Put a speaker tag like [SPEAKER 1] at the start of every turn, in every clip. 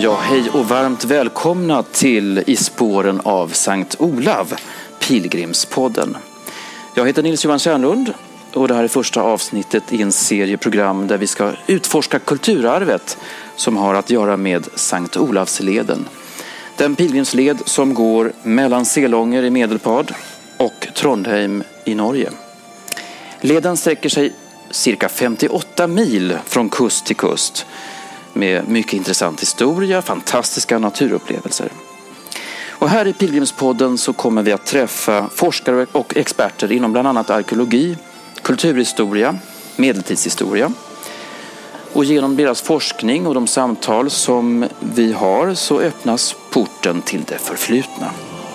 [SPEAKER 1] Ja, hej och varmt välkomna till I spåren av Sankt Olav, Pilgrimspodden. Jag heter Nils Johan Kärnlund och det här är första avsnittet i en serie program där vi ska utforska kulturarvet som har att göra med Sankt Olavsleden. Den pilgrimsled som går mellan Selånger i Medelpad och Trondheim i Norge. Leden sträcker sig cirka 58 mil från kust till kust med mycket intressant historia, fantastiska naturupplevelser. Och här i Pilgrimspodden så kommer vi att träffa forskare och experter inom bland annat arkeologi, kulturhistoria, medeltidshistoria. Och genom deras forskning och de samtal som vi har så öppnas porten till det förflutna.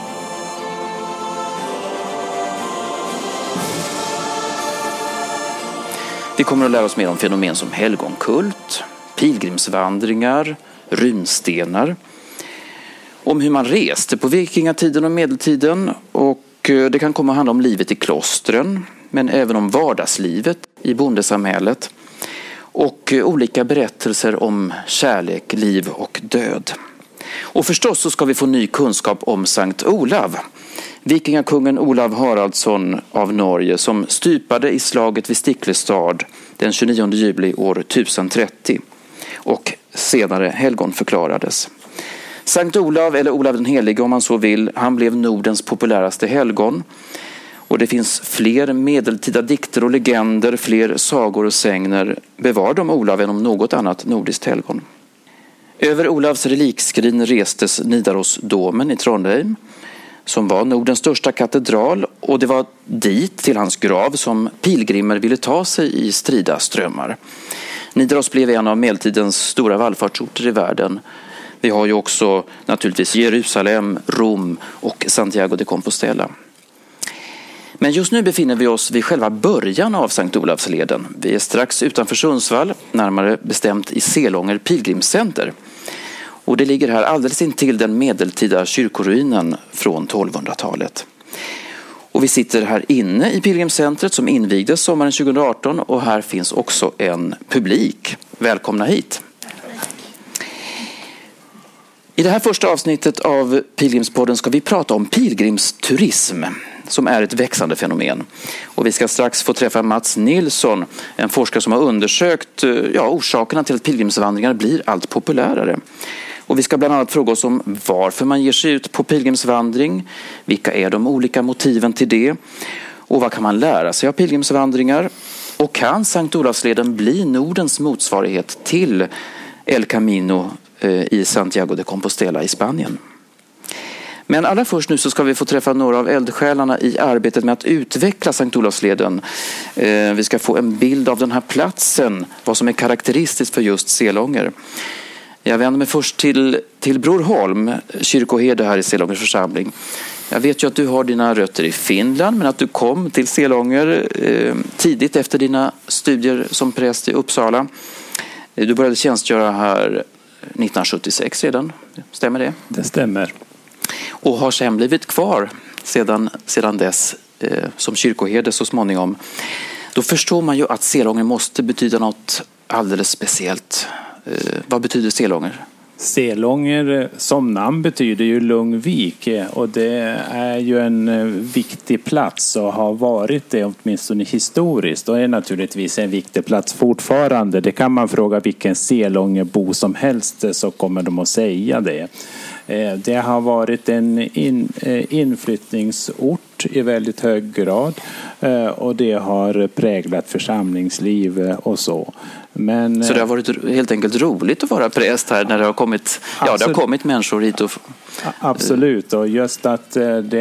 [SPEAKER 1] Vi kommer att lära oss mer om fenomen som helgonkult, pilgrimsvandringar, runstenar, om hur man reste på vikingatiden och medeltiden, och det kan komma att handla om livet i klostren, men även om vardagslivet i bondesamhället och olika berättelser om kärlek, liv och död. Och förstås så ska vi få ny kunskap om Sankt Olav, vikingakungen Olav Haraldsson av Norge som stupade i slaget vid Stiklestad den 29 juli år 1030 och senare helgonförklarades. Sankt Olav, eller Olav den helige om man så vill, han blev Nordens populäraste helgon. Och det finns fler medeltida dikter och legender, fler sagor och sägner bevarade om Olav än om något annat nordiskt helgon. Över Olavs relikskrin restes Nidarosdomen i Trondheim, som var Nordens största katedral, och det var dit, till hans grav, som pilgrimer ville ta sig i strida strömmar. Nidaros blev en av medeltidens stora vallfartsorter i världen. Vi har ju också naturligtvis Jerusalem, Rom och Santiago de Compostela. Men just nu befinner vi oss vid själva början av Sankt Olavsleden. Vi är strax utanför Sundsvall, närmare bestämt i Selånger pilgrimscenter. Och det ligger här alldeles intill den medeltida kyrkoruinen från 1200-talet. Och vi sitter här inne i pilgrimscentret som invigdes sommaren 2018, och här finns också en publik. Välkomna hit! I det här första avsnittet av Pilgrimspodden ska vi prata om pilgrimsturism som är ett växande fenomen. Och vi ska strax få träffa Mats Nilsson, en forskare som har undersökt orsakerna till att pilgrimsvandringar blir allt populärare. Och vi ska bland annat fråga oss om varför man ger sig ut på pilgrimsvandring, vilka är de olika motiven till det, och vad kan man lära sig av pilgrimsvandringar, och kan Sankt Olavsleden bli Nordens motsvarighet till El Camino i Santiago de Compostela i Spanien. Men allra först nu så ska vi få träffa några av eldsjälarna i arbetet med att utveckla Sankt Olavsleden. Vi ska få en bild av den här platsen, vad som är karaktäristiskt för just Selånger. Jag vänder mig först till Bror Holm, kyrkoherde här i Selångers församling. Jag vet ju att du har dina rötter i Finland, men att du kom till Selånger tidigt efter dina studier som präst i Uppsala. Du började tjänstgöra här 1976 redan, stämmer det?
[SPEAKER 2] Det stämmer.
[SPEAKER 1] Och har sen blivit kvar sedan dess som kyrkoherde så småningom. Då förstår man ju att Selånger måste betyda något alldeles speciellt. Vad betyder Selånger?
[SPEAKER 2] Selånger som namn betyder ju Lungvik, och det är ju en viktig plats och har varit det åtminstone historiskt, och är naturligtvis en viktig plats fortfarande. Det kan man fråga vilken Selångerbo som helst, så kommer de att säga det. Det har varit en inflyttningsort i väldigt hög grad, och det har präglat församlingsliv och så. Så det har varit helt enkelt roligt att vara präst här när det har kommit, det har kommit människor hit och... Absolut, och just att det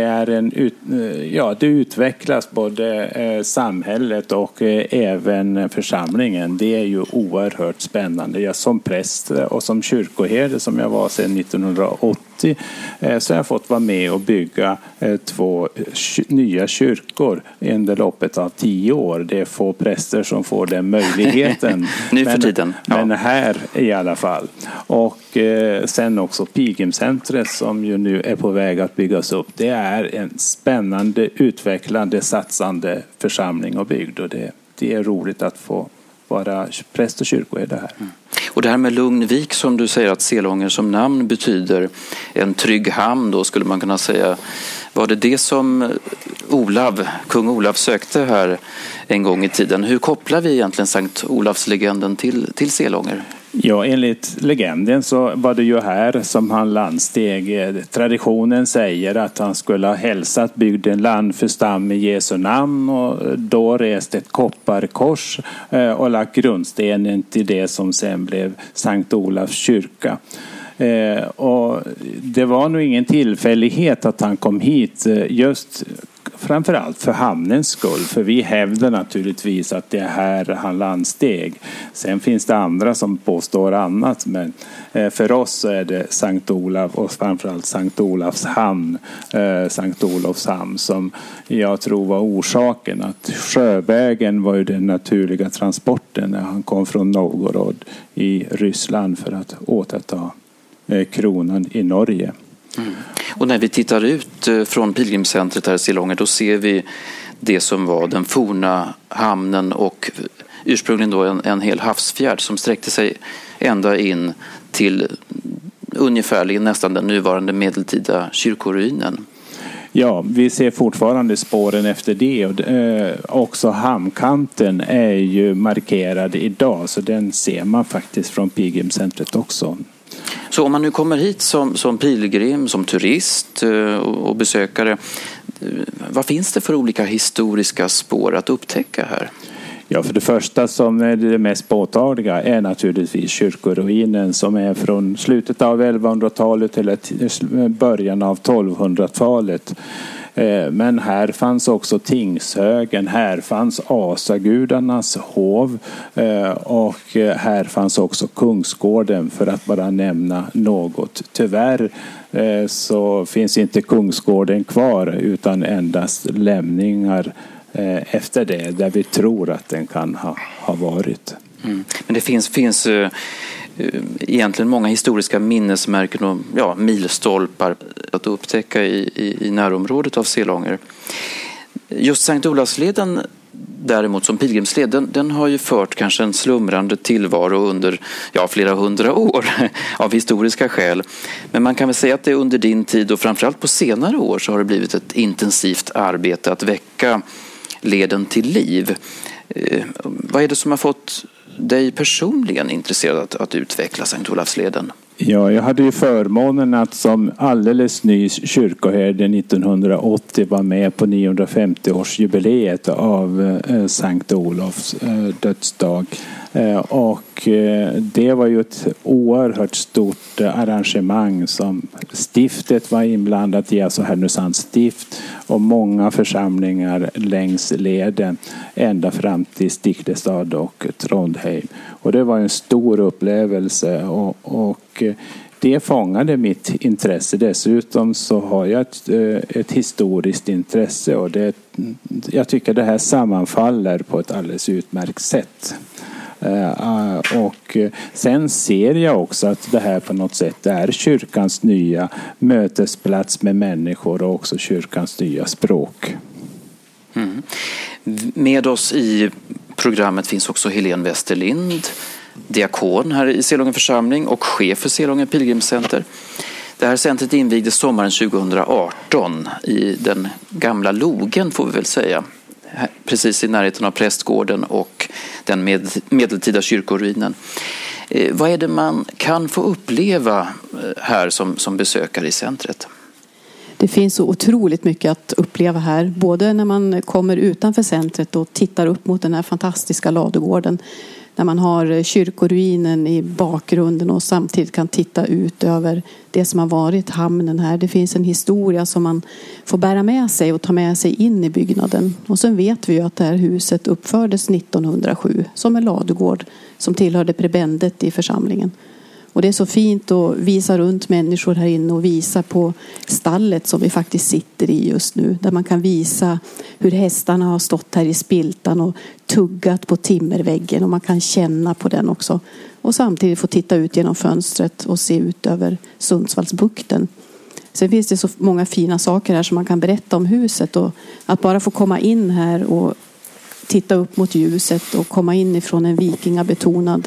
[SPEAKER 2] är det utvecklas både samhället och även församlingen. Det är ju oerhört spännande. Jag som präst och som kyrkoherde som jag var sedan 1980 så har jag fått vara med och bygga 2 nya kyrkor under loppet av 10 år. Det är få präster som får den möjligheten.
[SPEAKER 1] Nu för tiden. Ja.
[SPEAKER 2] Men här i alla fall. Och sen också pilgrimscentret som ju nu är på väg att byggas upp. Det är en spännande, utvecklande, satsande församling och bygd, och det är roligt att få vara präst och kyrkoherde här.
[SPEAKER 1] Och det här med Lugnvik som du säger att Selånger som namn betyder en trygg hamn då skulle man kunna säga. Var det som kung Olav sökte här en gång i tiden? Hur kopplar vi egentligen Sankt Olavslegenden till Selånger?
[SPEAKER 2] Ja, enligt legenden så var det ju här som han landsteg. Traditionen säger att han skulle ha hälsat bygden land för stam i Jesu namn och då rest ett kopparkors och lagt grundstenen till det som sen blev Sankt Olavs kyrka. Och det var nog ingen tillfällighet att han kom hit just framförallt för hamnens skull. För vi hävdar naturligtvis att det är här han landsteg. Sen finns det andra som påstår annat. Men för oss är det Sankt Olav och framförallt Sankt Olavs hamn. Sankt Olofs hamn som jag tror var orsaken. Att sjövägen var ju den naturliga transporten när han kom från Novgorod i Ryssland för att återta kronan i Norge.
[SPEAKER 1] Mm. Och när vi tittar ut från pilgrimscentret här i Selånger då ser vi det som var den forna hamnen och ursprungligen då en hel havsfjärd som sträckte sig ända in till ungefärligen nästan den nuvarande medeltida kyrkoruinen.
[SPEAKER 2] Ja, vi ser fortfarande spåren efter det och också hamnkanten är ju markerad idag så den ser man faktiskt från pilgrimscentret också.
[SPEAKER 1] Så om man nu kommer hit som pilgrim, som turist och besökare, vad finns det för olika historiska spår att upptäcka här?
[SPEAKER 2] Ja, för det första som är det mest påtagliga är naturligtvis kyrkoruinen som är från slutet av 1100-talet eller början av 1200-talet. Men här fanns också Tingshögen, här fanns asagudarnas hov och här fanns också Kungsgården för att bara nämna något. Tyvärr så finns inte Kungsgården kvar utan endast lämningar efter det där vi tror att den kan ha varit.
[SPEAKER 1] Mm. Men det finns egentligen många historiska minnesmärken och milstolpar att upptäcka i närområdet av Selånger. Just Sankt Olavsleden däremot som pilgrimsled, den har ju fört kanske en slumrande tillvaro under flera hundra år av historiska skäl. Men man kan väl säga att det under din tid och framförallt på senare år så har det blivit ett intensivt arbete att väcka leden till liv. Vad är det som har fått dig personligen intresserad att utveckla Sankt Olavsleden?
[SPEAKER 2] Ja, jag hade ju förmånen att som alldeles ny kyrkoherde 1980 var med på 950-årsjubileet av Sankt Olofs dödsdag. Och det var ju ett oerhört stort arrangemang som stiftet var inblandat i, alltså Härnösands stift och många församlingar längs leden ända fram till Stiklestad och Trondheim. Och det var en stor upplevelse och det fångade mitt intresse. Dessutom så har jag ett historiskt intresse och jag tycker det här sammanfaller på ett alldeles utmärkt sätt. Och sen ser jag också att det här på något sätt är kyrkans nya mötesplats med människor och också kyrkans nya språk.
[SPEAKER 1] Mm. Med oss i programmet finns också Helene Westerlind, diakon här i Selånger församling och chef för Selånger pilgrimscenter. Det här centret invigdes sommaren 2018 i den gamla logen får vi väl säga. Precis i närheten av prästgården och den medeltida kyrkoruinen. Vad är det man kan få uppleva här som besökare i centret?
[SPEAKER 3] Det finns så otroligt mycket att uppleva här. Både när man kommer utanför centret och tittar upp mot den här fantastiska ladugården. När man har kyrkoruinen i bakgrunden och samtidigt kan titta ut över det som har varit hamnen här. Det finns en historia som man får bära med sig och ta med sig in i byggnaden. Och sen vet vi ju att det här huset uppfördes 1907 som en ladugård som tillhörde prebendet i församlingen. Och det är så fint att visa runt människor här inne och visa på stallet som vi faktiskt sitter i just nu. Där man kan visa hur hästarna har stått här i spiltan och tuggat på timmerväggen. Och man kan känna på den också. Och samtidigt få titta ut genom fönstret och se ut över Sundsvallsbukten. Sen finns det så många fina saker här som man kan berätta om huset. Och att bara få komma in här och titta upp mot ljuset och komma in ifrån en vikingabetonad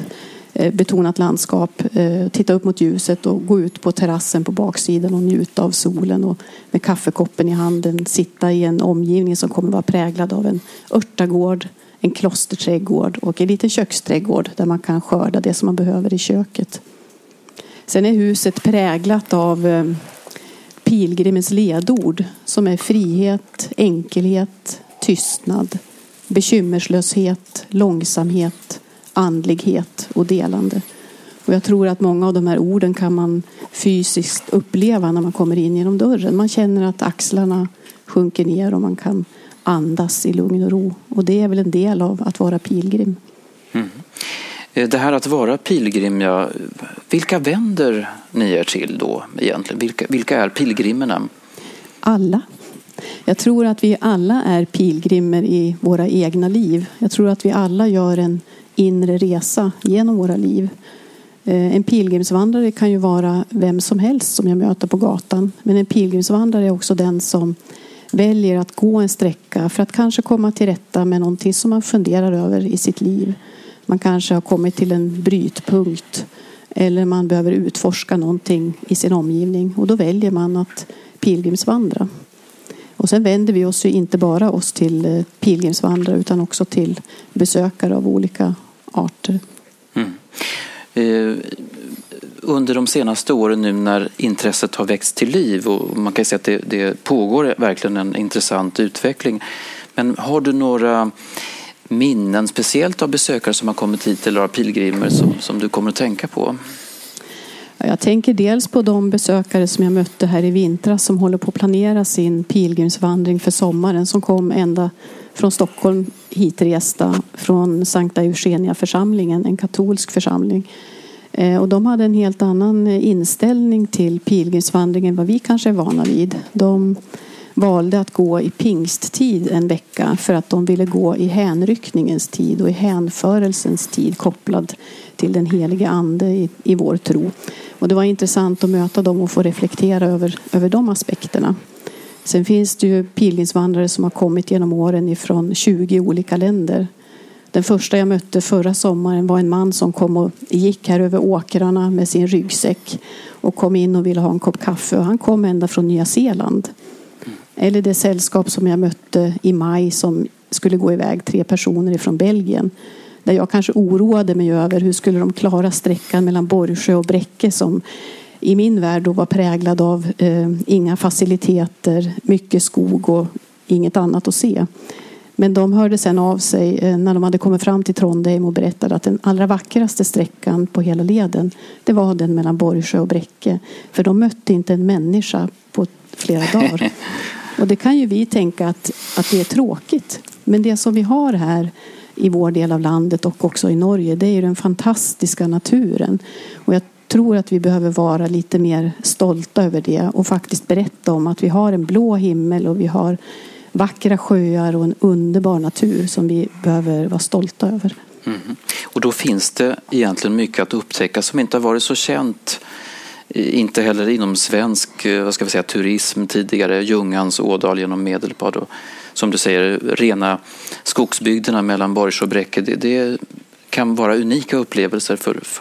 [SPEAKER 3] betonat landskap, titta upp mot ljuset och gå ut på terrassen på baksidan och njuta av solen och med kaffekoppen i handen sitta i en omgivning som kommer vara präglad av en örtagård, en klosterträdgård och en liten köksträdgård där man kan skörda det som man behöver i köket. Sen är huset präglat av pilgrimens ledord som är frihet, enkelhet, tystnad, bekymmerslöshet, långsamhet, andlighet och delande. Och jag tror att många av de här orden kan man fysiskt uppleva när man kommer in genom dörren. Man känner att axlarna sjunker ner och man kan andas i lugn och ro. Och det är väl en del av att vara pilgrim.
[SPEAKER 1] Mm. Det här att vara pilgrim, ja, vilka vänder ni er till då egentligen? Vilka är pilgrimerna?
[SPEAKER 3] Alla. Jag tror att vi alla är pilgrimer i våra egna liv. Jag tror att vi alla gör en inre resa genom våra liv. En pilgrimsvandrare kan ju vara vem som helst som jag möter på gatan. Men en pilgrimsvandrare är också den som väljer att gå en sträcka för att kanske komma till rätta med någonting som man funderar över i sitt liv. Man kanske har kommit till en brytpunkt eller man behöver utforska någonting i sin omgivning. Och då väljer man att pilgrimsvandra. Och sen vänder vi oss ju inte bara oss till pilgrimsvandrare utan också till besökare av olika arter.
[SPEAKER 1] Mm. Under de senaste åren nu när intresset har växt till liv och man kan säga att det pågår verkligen en intressant utveckling. Men har du några minnen speciellt av besökare som har kommit hit eller av pilgrimer som du kommer att tänka på?
[SPEAKER 3] Jag tänker dels på de besökare som jag mötte här i vintras som håller på att planera sin pilgrimsvandring för sommaren som kom ända från Stockholm hitresta från Sankta Eugenia-församlingen, en katolsk församling. Och de hade en helt annan inställning till pilgrimsvandringen än vad vi kanske är vana vid. De valde att gå i pingsttid en vecka för att de ville gå i hänryckningens tid och i hänförelsens tid kopplad till den helige ande i vår tro. Och det var intressant att möta dem och få reflektera över de aspekterna. Sen finns det ju pilgrimsvandrare som har kommit genom åren ifrån 20 olika länder. Den första jag mötte förra sommaren var en man som kom och gick här över åkrarna med sin ryggsäck och kom in och ville ha en kopp kaffe. Och han kom ända från Nya Zeeland. Eller det sällskap som jag mötte i maj som skulle gå iväg 3 personer ifrån Belgien. Där jag kanske oroade mig över hur skulle de klara sträckan mellan Borgsjö och Bräcke som i min värld då var präglad av inga faciliteter, mycket skog och inget annat att se. Men de hörde sen av sig när de hade kommit fram till Trondheim och berättade att den allra vackraste sträckan på hela leden det var den mellan Borgsjö och Bräcke. För de mötte inte en människa på flera dagar. Och det kan ju vi tänka att det är tråkigt. Men det som vi har här i vår del av landet och också i Norge det är ju den fantastiska naturen. Och jag tror att vi behöver vara lite mer stolta över det och faktiskt berätta om att vi har en blå himmel och vi har vackra sjöar och en underbar natur som vi behöver vara stolta över.
[SPEAKER 1] Mm. Och då finns det egentligen mycket att upptäcka som inte har varit så känt. Inte heller inom svensk turism tidigare. Ljungans ådal genom Medelpad och som du säger rena skogsbygderna mellan Borgsjö och Bräcke. Det kan vara unika upplevelser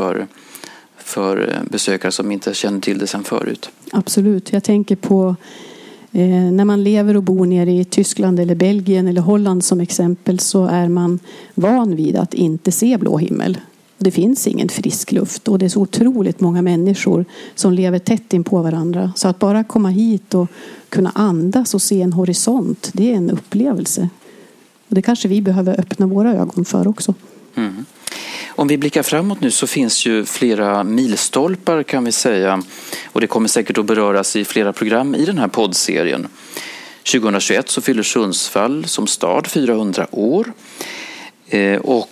[SPEAKER 1] för besökare som inte känner till det sedan förut.
[SPEAKER 3] Absolut. Jag tänker på när man lever och bor nere i Tyskland eller Belgien eller Holland som exempel så är man van vid att inte se blå himmel. Det finns ingen frisk luft och det är så otroligt många människor som lever tätt in på varandra. Så att bara komma hit och kunna andas och se en horisont, det är en upplevelse. Och det kanske vi behöver öppna våra ögon för också.
[SPEAKER 1] Mm. Om vi blickar framåt nu så finns ju flera milstolpar kan vi säga. Och det kommer säkert att beröras i flera program i den här poddserien. 2021 så fyller Sundsvall som stad 400 år. Och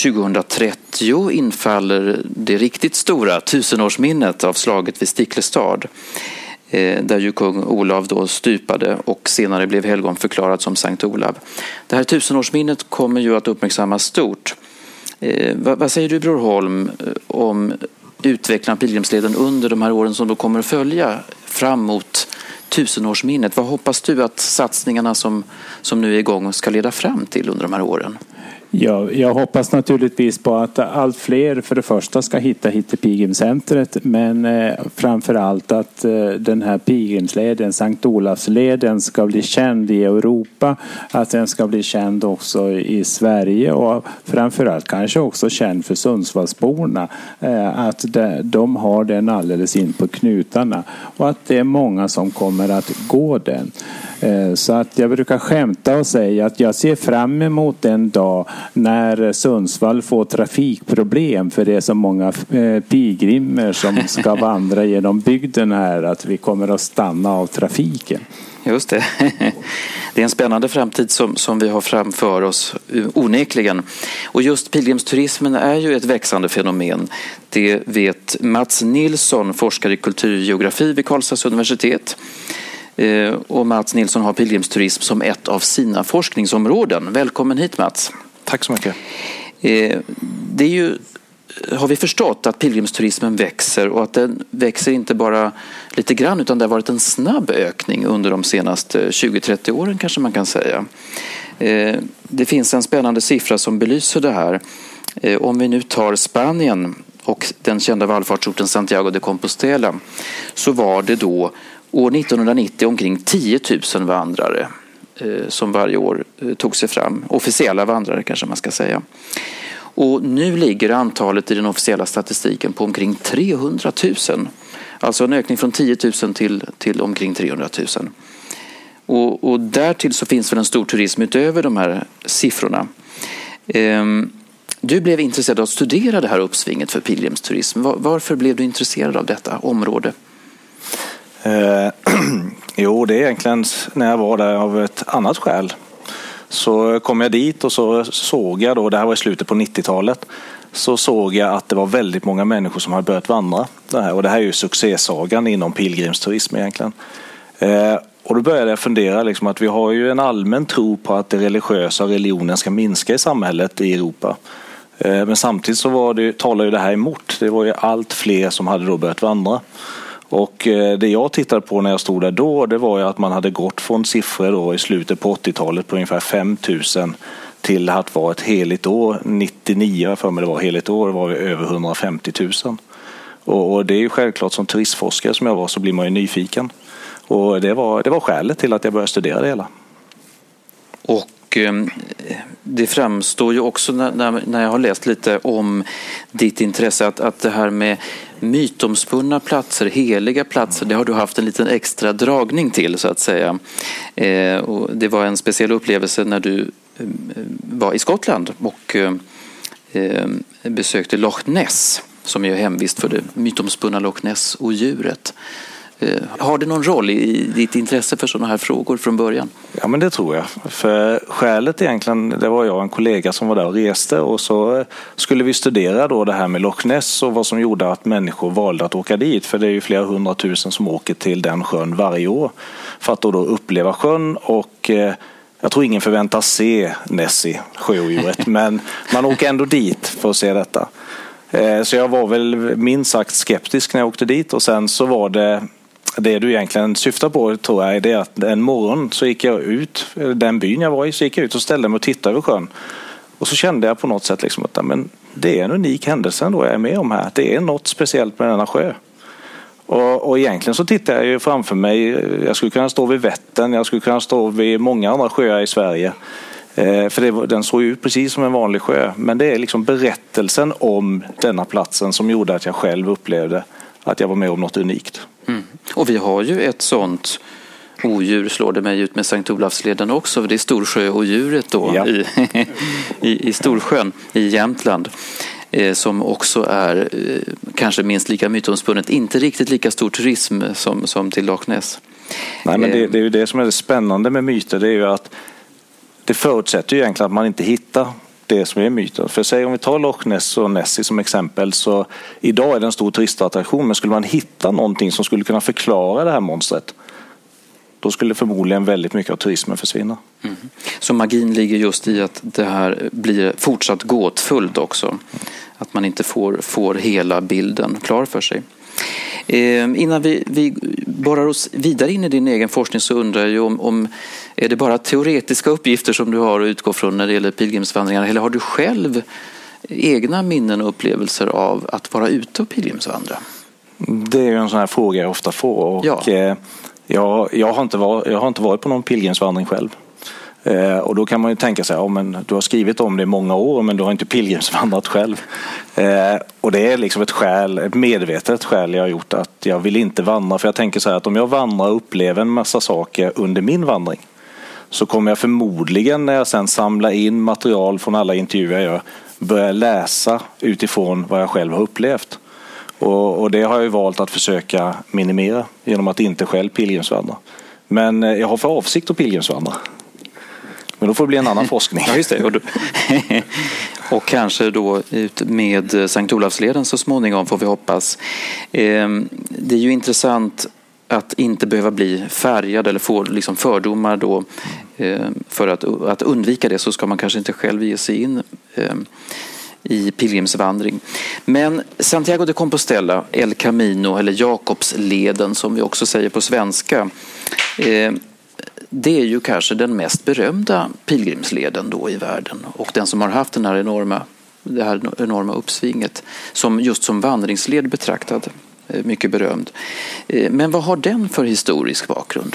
[SPEAKER 1] 2030 infaller det riktigt stora 1000-årsminnet av slaget vid Stiklestad. Där ju kung Olav då stupade och senare blev helgon förklarad som Sankt Olav. Det här 1000-årsminnet kommer ju att uppmärksammas stort. Vad säger du Bror Holm om utvecklingen av pilgrimsleden under de här åren som då kommer att följa fram mot 1000-årsminnet? Vad hoppas du att satsningarna som nu är igång ska leda fram till under de här åren?
[SPEAKER 2] Ja, jag hoppas naturligtvis på att allt fler för det första ska hitta hit till pilgrimscentret, men framför allt att den här pilgrimsleden, Sankt Olafsleden, ska bli känd i Europa, att den ska bli känd också i Sverige och framför allt kanske också känd för Sundsvallsborna, att de har den alldeles in på knutarna och att det är många som kommer att gå den. Så att jag brukar skämta och säga att jag ser fram emot den dag när Sundsvall får trafikproblem, för det är så många pilgrimer som ska vandra genom bygden här att vi kommer att stanna av trafiken.
[SPEAKER 1] Just det. Det är en spännande framtid som vi har framför oss, onekligen. Och just pilgrimsturismen är ju ett växande fenomen. Det vet Mats Nilsson, forskare i kulturgeografi vid Karlstads universitet. Och Mats Nilsson har pilgrimsturism som ett av sina forskningsområden. Välkommen hit, Mats.
[SPEAKER 4] Tack så mycket.
[SPEAKER 1] Det är ju, har vi förstått, att pilgrimsturismen växer och att den växer inte bara lite grann utan det har varit en snabb ökning under de senaste 20-30 åren kanske man kan säga. Det finns en spännande siffra som belyser det här. Om vi nu tar Spanien och den kända vallfartsorten Santiago de Compostela, så var det då år 1990 omkring 10 000 vandrare som varje år tog sig fram. Officiella vandrare kanske man ska säga. Och nu ligger antalet i den officiella statistiken på omkring 300 000. Alltså en ökning från 10 000 till omkring 300 000. Och därtill så finns väl en stor turism utöver de här siffrorna. Du blev intresserad av att studera det här uppsvinget för pilgrimsturism. Varför blev du intresserad av detta område?
[SPEAKER 4] Jo, det är egentligen när jag var där av ett annat skäl. Så kom jag dit och så såg jag då, det här var i slutet på 90-talet, så såg jag att det var väldigt många människor som hade börjat vandra. Och det här är ju succésagan inom pilgrimsturism egentligen. Och då började jag fundera liksom att vi har ju en allmän tro på att det religiösa och religionen ska minska i samhället i Europa. Men samtidigt så talar ju det här emot. Det var ju allt fler som hade då börjat vandra. Och det jag tittade på när jag stod där då, det var ju att man hade gått från siffror då i slutet på 80-talet på ungefär 5 000 till att vara ett heligt år. 99 för mig det var heligt år, det var över 150 000. Och det är ju självklart, som turistforskare som jag var så blir man ju nyfiken. Och det var skälet till att jag började studera det hela.
[SPEAKER 1] Och det framstår ju också när jag har läst lite om ditt intresse att det här med mytomspunna platser, heliga platser, det har du haft en liten extra dragning till så att säga. Och det var en speciell upplevelse när du var i Skottland och besökte Loch Ness, som är hemvist för det mytomspunna Loch Ness-odjuret. Har det någon roll i ditt intresse för sådana här frågor från början?
[SPEAKER 4] Ja, men det tror jag. För skälet egentligen, det var jag och en kollega som var där och reste, och så skulle vi studera då det här med Loch Ness och vad som gjorde att människor valde att åka dit. För det är ju flera 100 000 som åker till den sjön varje år för att då uppleva sjön, och jag tror ingen förväntar se Nessie, sjöodjuret, men man åker ändå dit för att se detta. Så jag var väl minst sagt skeptisk när jag åkte dit, och sen så var det du egentligen syftar på, tror jag, är det att en morgon så gick jag ut, den byn jag var i, så gick jag ut och ställde mig och tittade över sjön. Och så kände jag på något sätt liksom att men det är en unik händelse ändå jag är med om här. Det är något speciellt med denna sjö. Och egentligen så tittar jag ju framför mig, jag skulle kunna stå vid Vättern, jag skulle kunna stå vid många andra sjöar i Sverige. För den såg ju precis som en vanlig sjö. Men det är liksom berättelsen om denna platsen som gjorde att jag själv upplevde att jag var med om något unikt.
[SPEAKER 1] Mm. Och vi har ju ett sånt odjur, slår det mig ut, med Sankt Olafsleden också. Det är Storsjöodjuret då, ja. i Storsjön i Jämtland. Som också är kanske minst lika mytomspunnet. Inte riktigt lika stor turism som till Loch Ness.
[SPEAKER 4] Nej, men det är ju det som är det spännande med myter. Det är ju att det förutsätter ju egentligen att man inte hittar det som är myter. För säg om vi tar Loch Ness och Nessie som exempel, så idag är det en stor turistattraktion, men skulle man hitta någonting som skulle kunna förklara det här monstret, då skulle förmodligen väldigt mycket av turismen försvinna. Mm.
[SPEAKER 1] Så magin ligger just i att det här blir fortsatt gåtfullt också. Att man inte får hela bilden klar för sig. Innan vi borrar oss vidare in i din egen forskning så undrar jag om är det bara teoretiska uppgifter som du har att utgå från när det gäller pilgrimsvandringar, eller har du själv egna minnen och upplevelser av att vara ute och pilgrimsvandra?
[SPEAKER 4] Det är ju en sån här fråga jag ofta får, och jag har inte varit på någon pilgrimsvandring själv. Och då kan man ju tänka sig, men du har skrivit om det i många år men du har inte pilgrimsvandrat själv. Och det är liksom ett medvetet skäl jag har gjort, att jag vill inte vandra. För jag tänker så här, att om jag vandrar och upplever en massa saker under min vandring, så kommer jag förmodligen när jag sen samlar in material från alla intervjuer jag gör börja läsa utifrån vad jag själv har upplevt. Och det har jag ju valt att försöka minimera genom att inte själv pilgrimsvandra. Men jag har för avsikt att pilgrimsvandra. Men då får det bli en annan forskning.
[SPEAKER 1] Ja, just det. Och kanske då ut med Sankt Olavsleden så småningom, får vi hoppas. Det är ju intressant att inte behöva bli färgad eller få liksom fördomar då. För att undvika det så ska man kanske inte själv ge sig in i pilgrimsvandring. Men Santiago de Compostela, El Camino eller Jakobsleden som vi också säger på svenska, det är ju kanske den mest berömda pilgrimsleden då i världen, och den som har haft det här enorma uppsvinget som vandringsled betraktad, mycket berömd. Men vad har den för historisk bakgrund?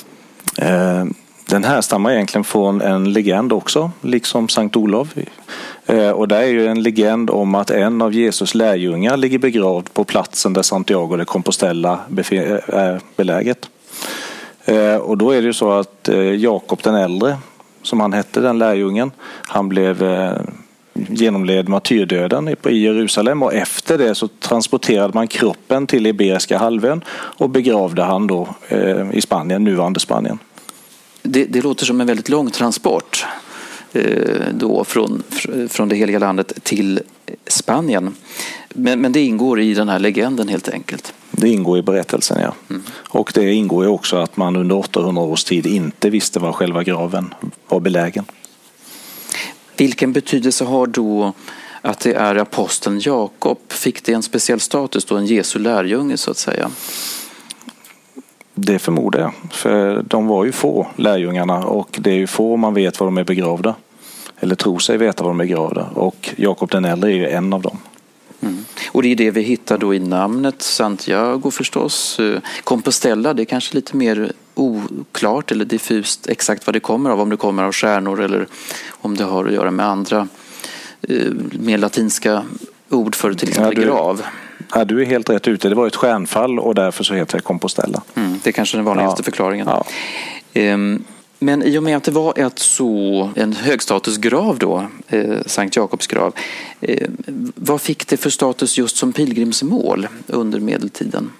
[SPEAKER 4] Den här stammar egentligen från en legend också, liksom Sankt Olof. Och det är ju en legend om att en av Jesus lärjungar ligger begravd på platsen där Santiago de Compostela är beläget. Och då är det ju så att Jakob den äldre, som han hette, den lärjungen, han genomled martyrdöden i Jerusalem, och efter det så transporterade man kroppen till Iberiska halvön och begravde han då i Spanien, nuvarande Spanien.
[SPEAKER 1] Det låter som en väldigt lång transport då från det heliga landet till Spanien. Men det ingår i den här legenden helt enkelt.
[SPEAKER 4] Det ingår i berättelsen, ja. Mm. Och det ingår ju också att man under 800 års tid inte visste var själva graven var belägen.
[SPEAKER 1] Vilken betydelse har då att det är aposteln Jakob? Fick det en speciell status då, en Jesu lärjunge så att säga?
[SPEAKER 4] Det förmodar jag. För de var ju få, lärjungarna, och det är ju få man vet var de är begravda. Eller tror sig veta var de är begravda. Och Jakob den äldre är ju en av dem.
[SPEAKER 1] Mm. Och det är det vi hittar då i namnet Santiago förstås. Compostela, det är kanske lite mer oklart eller diffust exakt vad det kommer av. Om det kommer av stjärnor eller om det har att göra med andra mer latinska ord för till exempel grav.
[SPEAKER 4] Ja, du är helt rätt ute. Det var ett stjärnfall och därför så heter det Compostela.
[SPEAKER 1] Det är kanske den vanligaste förklaringen.
[SPEAKER 4] Ja.
[SPEAKER 1] Men i och med att det var en högstatusgrav då, Sankt Jakobs grav, vad fick det för status just som pilgrimsmål under medeltiden?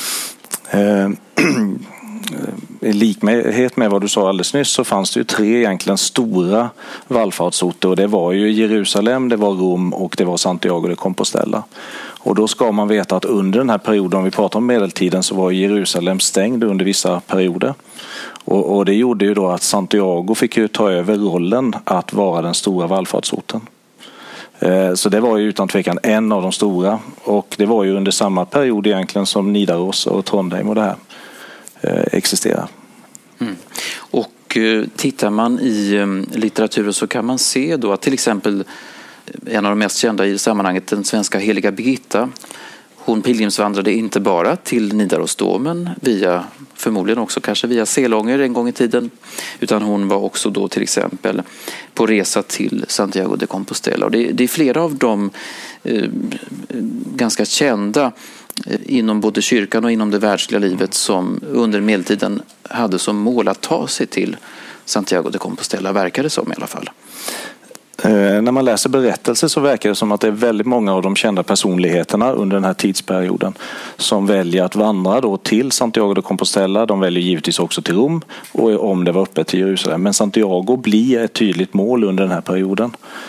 [SPEAKER 4] I likhet med vad du sa alldeles nyss så fanns det ju 3 egentligen stora vallfartsorter, och det var ju Jerusalem, det var Rom och det var Santiago de Compostela. Och då ska man veta att under den här perioden, om vi pratar om medeltiden, så var Jerusalem stängd under vissa perioder. Och det gjorde ju då att Santiago fick ju ta över rollen att vara den stora vallfartsorten. Så det var ju utan tvekan en av de stora, och det var ju under samma period egentligen som Nidaros och Trondheim och det här existerar.
[SPEAKER 1] Mm. Och tittar man i litteraturen så kan man se då att till exempel en av de mest kända i sammanhanget, den svenska heliga Birgitta, hon pilgrimsvandrade inte bara till Nidarosdomen förmodligen också kanske via Selånger en gång i tiden, utan hon var också då till exempel på resa till Santiago de Compostela. Och det är flera av dem ganska kända inom både kyrkan och inom det världsliga livet som under medeltiden hade som mål att ta sig till Santiago de Compostela, verkar det som i alla fall.
[SPEAKER 4] När man läser berättelser så verkar det som att det är väldigt många av de kända personligheterna under den här tidsperioden som väljer att vandra då till Santiago de Compostela. De väljer givetvis också till Rom, och om det var öppet till Jerusalem. Men Santiago blir ett tydligt mål under den här perioden.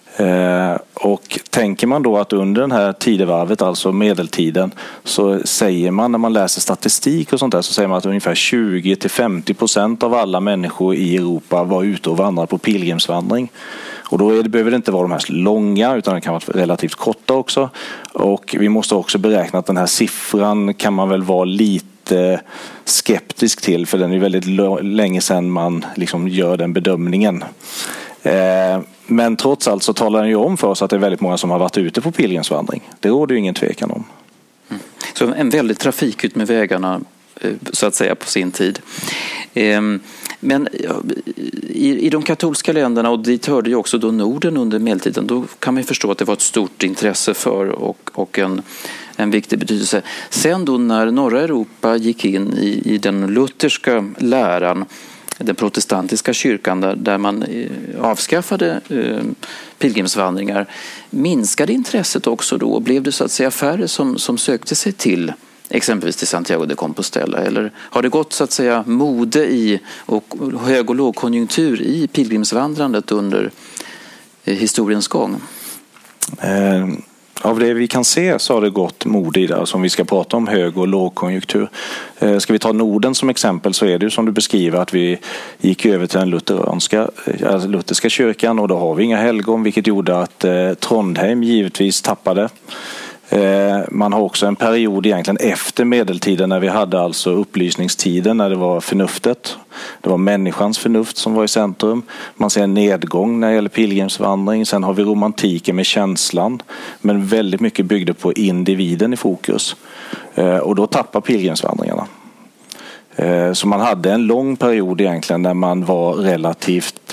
[SPEAKER 4] Och tänker man då att under den här tidevarvet, alltså medeltiden, så säger man när man läser statistik och sånt där, så säger man att ungefär 20-50% av alla människor i Europa var ute och vandrade på pilgrimsvandring. Och då behöver det inte vara de här långa, utan det kan vara relativt korta också. Och vi måste också beräkna att den här siffran kan man väl vara lite skeptisk till, för den är väldigt länge sedan man liksom gör den bedömningen. Men trots allt så talar den ju om för oss att det är väldigt många som har varit ute på pilgrimsvandring. Det råder ju ingen tvekan om.
[SPEAKER 1] Så en väldigt trafik ut med vägarna, så att säga, på sin tid. Men i de katolska länderna, och dit hörde ju också då Norden under medeltiden, då kan man ju förstå att det var ett stort intresse för och en viktig betydelse. Sen då när norra Europa gick in i den lutherska läran, den protestantiska kyrkan, där man avskaffade pilgrimsvandringar, minskade intresset också då, och blev det så att säga färre som sökte sig till exempelvis till Santiago de Compostela, eller har det gått så att säga mode i och hög- och lågkonjunktur i pilgrimsvandrandet under historiens gång?
[SPEAKER 4] Av det vi kan se så har det gått mode i det, alltså om vi ska prata om hög- och lågkonjunktur. Ska vi ta Norden som exempel, så är det ju som du beskriver att vi gick över till den lutherska kyrkan, och då har vi inga helgon, vilket gjorde att Trondheim givetvis tappade. Man har också en period egentligen efter medeltiden när vi hade alltså upplysningstiden, när det var förnuftet. Det var människans förnuft som var i centrum. Man ser en nedgång när det gäller pilgrimsvandring. Sen har vi romantiken med känslan, men väldigt mycket byggde på individen i fokus. Och då tappar pilgrimsvandringarna. Så man hade en lång period egentligen när man var relativt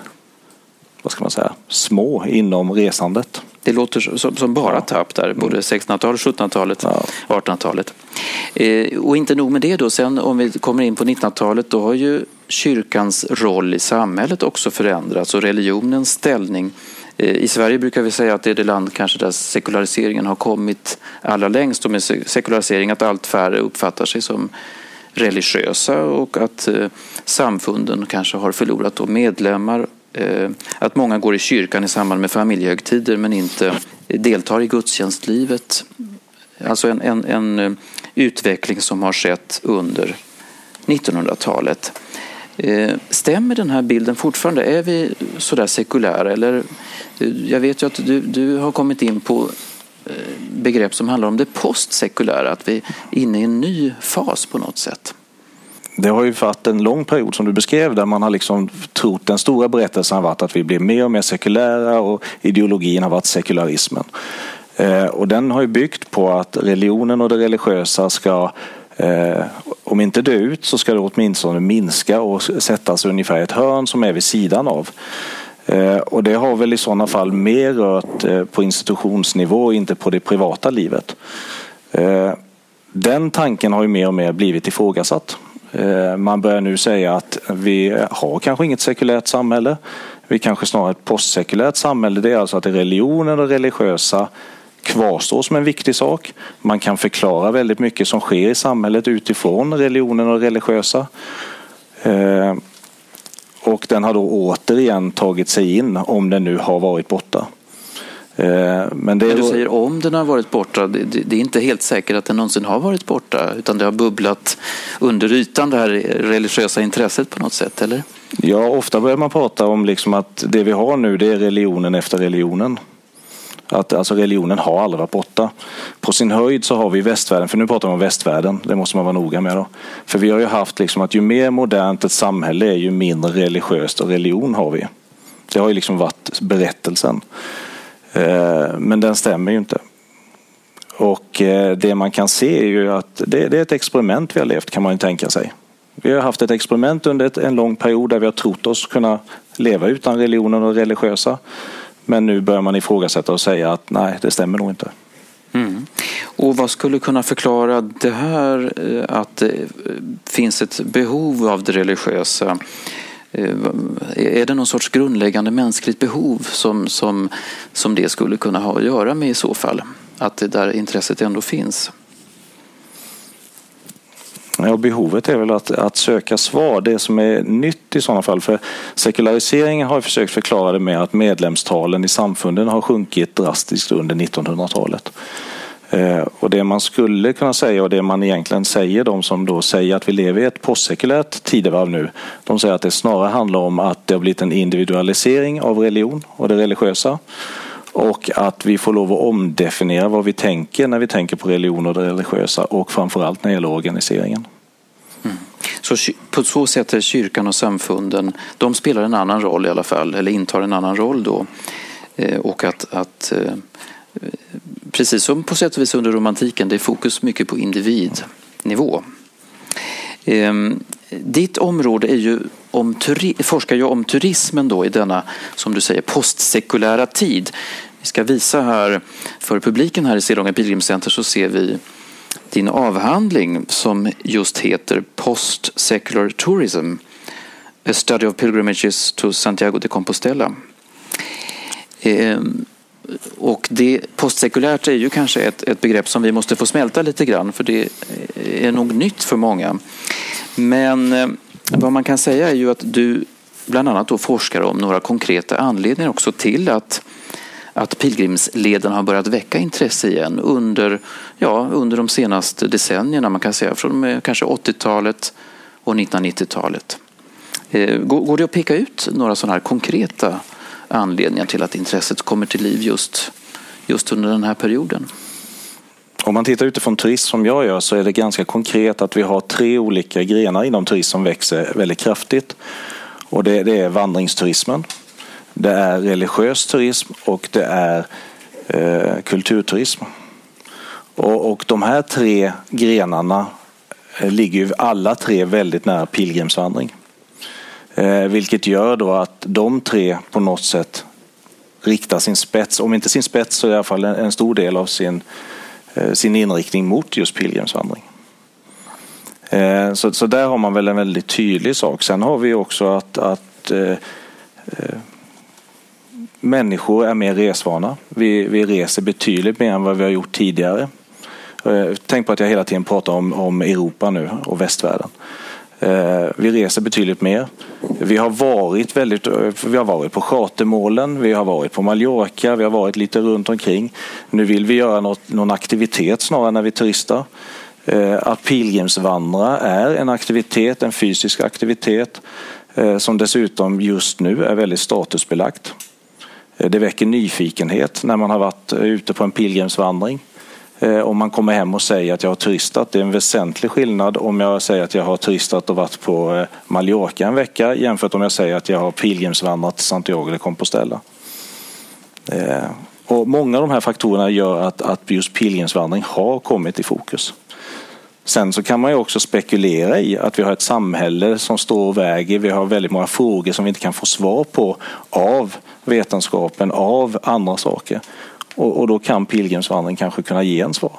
[SPEAKER 4] små inom resandet.
[SPEAKER 1] Det låter som bara tapp där, både 1600-talet, 1700-talet, 1800-talet. Och inte nog med det då, sen om vi kommer in på 1900-talet, då har ju kyrkans roll i samhället också förändrats, och religionens ställning. I Sverige brukar vi säga att det är det land kanske där sekulariseringen har kommit allra längst, och med sekularisering att allt färre uppfattar sig som religiösa, och att samfunden kanske har förlorat då medlemmar. Att många går i kyrkan i samband med familjehögtider men inte deltar i gudstjänstlivet. Alltså en utveckling som har skett under 1900-talet. Stämmer den här bilden fortfarande? Är vi sådär sekulära? Eller, jag vet ju att du har kommit in på begrepp som handlar om det postsekulära, att vi är inne i en ny fas på något sätt.
[SPEAKER 4] Det har ju varit en lång period som du beskrev, där man har liksom trott, den stora berättelsen har varit att vi blir mer och mer sekulära, och ideologin har varit sekularismen. Och den har ju byggt på att religionen och det religiösa ska, om inte dö ut, så ska det åtminstone minska och sättas ungefär ett hörn som är vid sidan av. Och det har väl i sådana fall mer rört på institutionsnivå och inte på det privata livet. Den tanken har ju mer och mer blivit ifrågasatt. Man börjar nu säga att vi har kanske inget sekulärt samhälle. Vi kanske snarare ett postsekulärt samhälle. Det är alltså att religionen och religiösa kvarstår som en viktig sak. Man kan förklara väldigt mycket som sker i samhället utifrån religionen och religiösa. Och den har då återigen tagit sig in, om den nu har varit borta.
[SPEAKER 1] Men du säger om den har varit borta, det är inte helt säkert att den någonsin har varit borta, utan det har bubblat under ytan, det här religiösa intresset på något sätt, eller?
[SPEAKER 4] Ja, ofta börjar man prata om liksom att det vi har nu, det är religionen efter religionen. Att alltså religionen har aldrig varit borta. På sin höjd så har vi västvärlden, för nu pratar man om västvärlden, det måste man vara noga med då. För vi har ju haft liksom att ju mer modernt ett samhälle är, ju mindre religiöst och religion har vi. Det har ju liksom varit berättelsen. Men den stämmer ju inte. Och det man kan se är ju att det är ett experiment vi har levt, kan man ju tänka sig. Vi har haft ett experiment under en lång period där vi har trott oss kunna leva utan religionen och religiösa. Men nu börjar man ifrågasätta och säga att nej, det stämmer nog inte.
[SPEAKER 1] Mm. Och vad skulle kunna förklara det här, att det finns ett behov av det religiösa? Är det någon sorts grundläggande mänskligt behov som det skulle kunna ha att göra med i så fall? Att det där intresset ändå finns?
[SPEAKER 4] Ja, behovet är väl att söka svar. Det som är nytt i sådana fall, för sekulariseringen har försökt förklara det med att medlemstalen i samfunden har sjunkit drastiskt under 1900-talet. Och det man skulle kunna säga, och det man egentligen säger, de som då säger att vi lever i ett postsekulärt tidevarv nu, de säger att det snarare handlar om att det har blivit en individualisering av religion och det religiösa, och att vi får lov att omdefiniera vad vi tänker när vi tänker på religion och det religiösa, och framförallt när det gäller organiseringen.
[SPEAKER 1] Mm. Så på så sätt är kyrkan och samfunden, de spelar en annan roll i alla fall, eller intar en annan roll då, och att precis som på sätt och vis under romantiken, det är fokus mycket på individnivå. Ditt område är ju forskar ju om turismen då i denna, som du säger, postsekulära tid. Vi ska visa här för publiken här i Sedånga Pilgrimscenter, så ser vi din avhandling som just heter Post-Secular Tourism, A Study of Pilgrimages to Santiago de Compostela. Och det postsekulärt är ju kanske ett begrepp som vi måste få smälta lite grann, för det är nog nytt för många. Men vad man kan säga är ju att du bland annat då forskar om några konkreta anledningar också till att pilgrimsleden har börjat väcka intresse igen under de senaste decennierna, man kan säga från kanske 80-talet och 1990-talet. Går det att peka ut några sådana här konkreta anledningar till att intresset kommer till liv just under den här perioden?
[SPEAKER 4] Om man tittar utifrån turism som jag gör, så är det ganska konkret att vi har 3 olika grenar inom turism som växer väldigt kraftigt. Och det är vandringsturismen, det är religiös turism och det är kulturturism. Och de här 3 grenarna ligger ju alla 3 väldigt nära pilgrimsvandring. Vilket gör då att de 3 på något sätt riktar sin spets, om inte sin spets så i alla fall en stor del av sin inriktning mot just pilgrimsvandring. Så där har man väl en väldigt tydlig sak. Sen har vi också att människor är mer resvana. Vi reser betydligt mer än vad vi har gjort tidigare. Tänk på att jag hela tiden pratar om Europa nu och västvärlden. Vi reser betydligt mer. Vi har varit på chartermålen, vi har varit på Mallorca, vi har varit lite runt omkring. Nu vill vi göra någon aktivitet snarare när vi turistar. Att pilgrimsvandra är en aktivitet, en fysisk aktivitet som dessutom just nu är väldigt statusbelagt. Det väcker nyfikenhet när man har varit ute på en pilgrimsvandring. Om man kommer hem och säger att jag har turistat, det är en väsentlig skillnad om jag säger att jag har turistat och varit på Mallorca en vecka jämfört om jag säger att jag har pilgrimsvandrat till Santiago de Compostela. Och många av de här faktorerna gör att just pilgrimsvandring har kommit i fokus. Sen så kan man ju också spekulera i att vi har ett samhälle som står och väger. Vi har väldigt många frågor som vi inte kan få svar på av vetenskapen, av andra saker. Och då kan pilgrimsvandring kanske kunna ge en svar.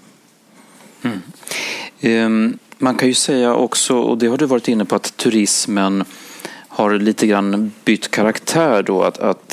[SPEAKER 1] Man kan ju säga också, och det har du varit inne på, att turismen har lite grann bytt karaktär då. Att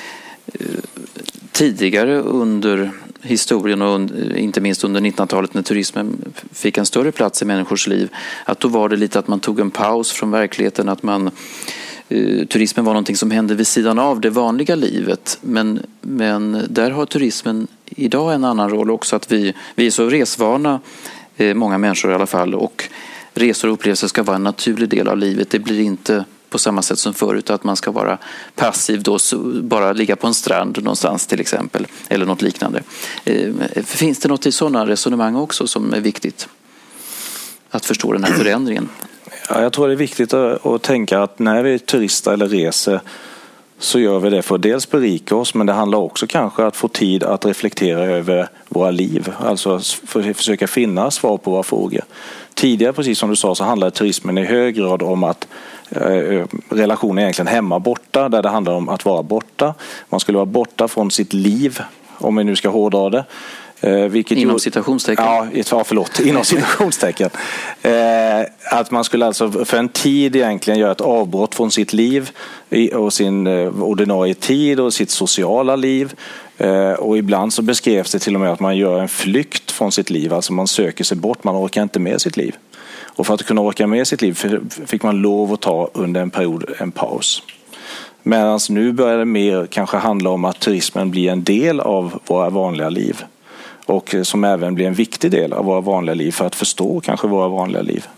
[SPEAKER 1] tidigare under historien och inte minst under 1900-talet när turismen fick en större plats i människors liv, att då var det lite att man tog en paus från verkligheten, att turismen var någonting som hände vid sidan av det vanliga livet. Men där har turismen idag en annan roll också, att vi är så resvana, många människor i alla fall, och resor och upplevelser ska vara en naturlig del av livet. Det blir inte på samma sätt som förut att man ska vara passiv då, bara ligga på en strand någonstans till exempel, eller något liknande. Finns det något i sådana resonemang också som är viktigt att förstå den här förändringen?
[SPEAKER 4] Ja, jag tror det är viktigt att tänka att när vi turistar eller reser så gör vi det för att dels berika oss, men det handlar också kanske att få tid att reflektera över våra liv. Alltså för att försöka finna svar på våra frågor. Tidigare, precis som du sa, så handlade turismen i hög grad om att relationen egentligen hemma borta, där det handlar om att vara borta. Man skulle vara borta från sitt liv, om vi nu ska hårdra det.
[SPEAKER 1] Inom citationstecken?
[SPEAKER 4] Ja, förlåt. Inom citationstecken. Att man skulle alltså för en tid egentligen göra ett avbrott från sitt liv och sin ordinarie tid och sitt sociala liv. Och ibland så beskrevs det till och med att man gör en flykt från sitt liv. Alltså man söker sig bort, man orkar inte med sitt liv. Och för att kunna orka med sitt liv fick man lov att ta under en period en paus. Medan nu börjar det mer kanske handla om att turismen blir en del av våra vanliga liv. Och som även blir en viktig del av våra vanliga liv för att förstå kanske våra vanliga liv.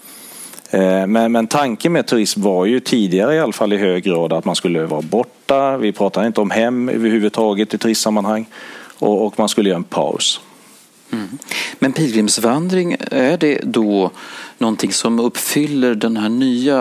[SPEAKER 4] Men tanken med turism var ju tidigare i alla fall i hög grad att man skulle vara borta. Vi pratar inte om hem överhuvudtaget i turistsammanhang. Och man skulle göra en paus.
[SPEAKER 1] Mm. Men pilgrimsvandring, är det då någonting som uppfyller den här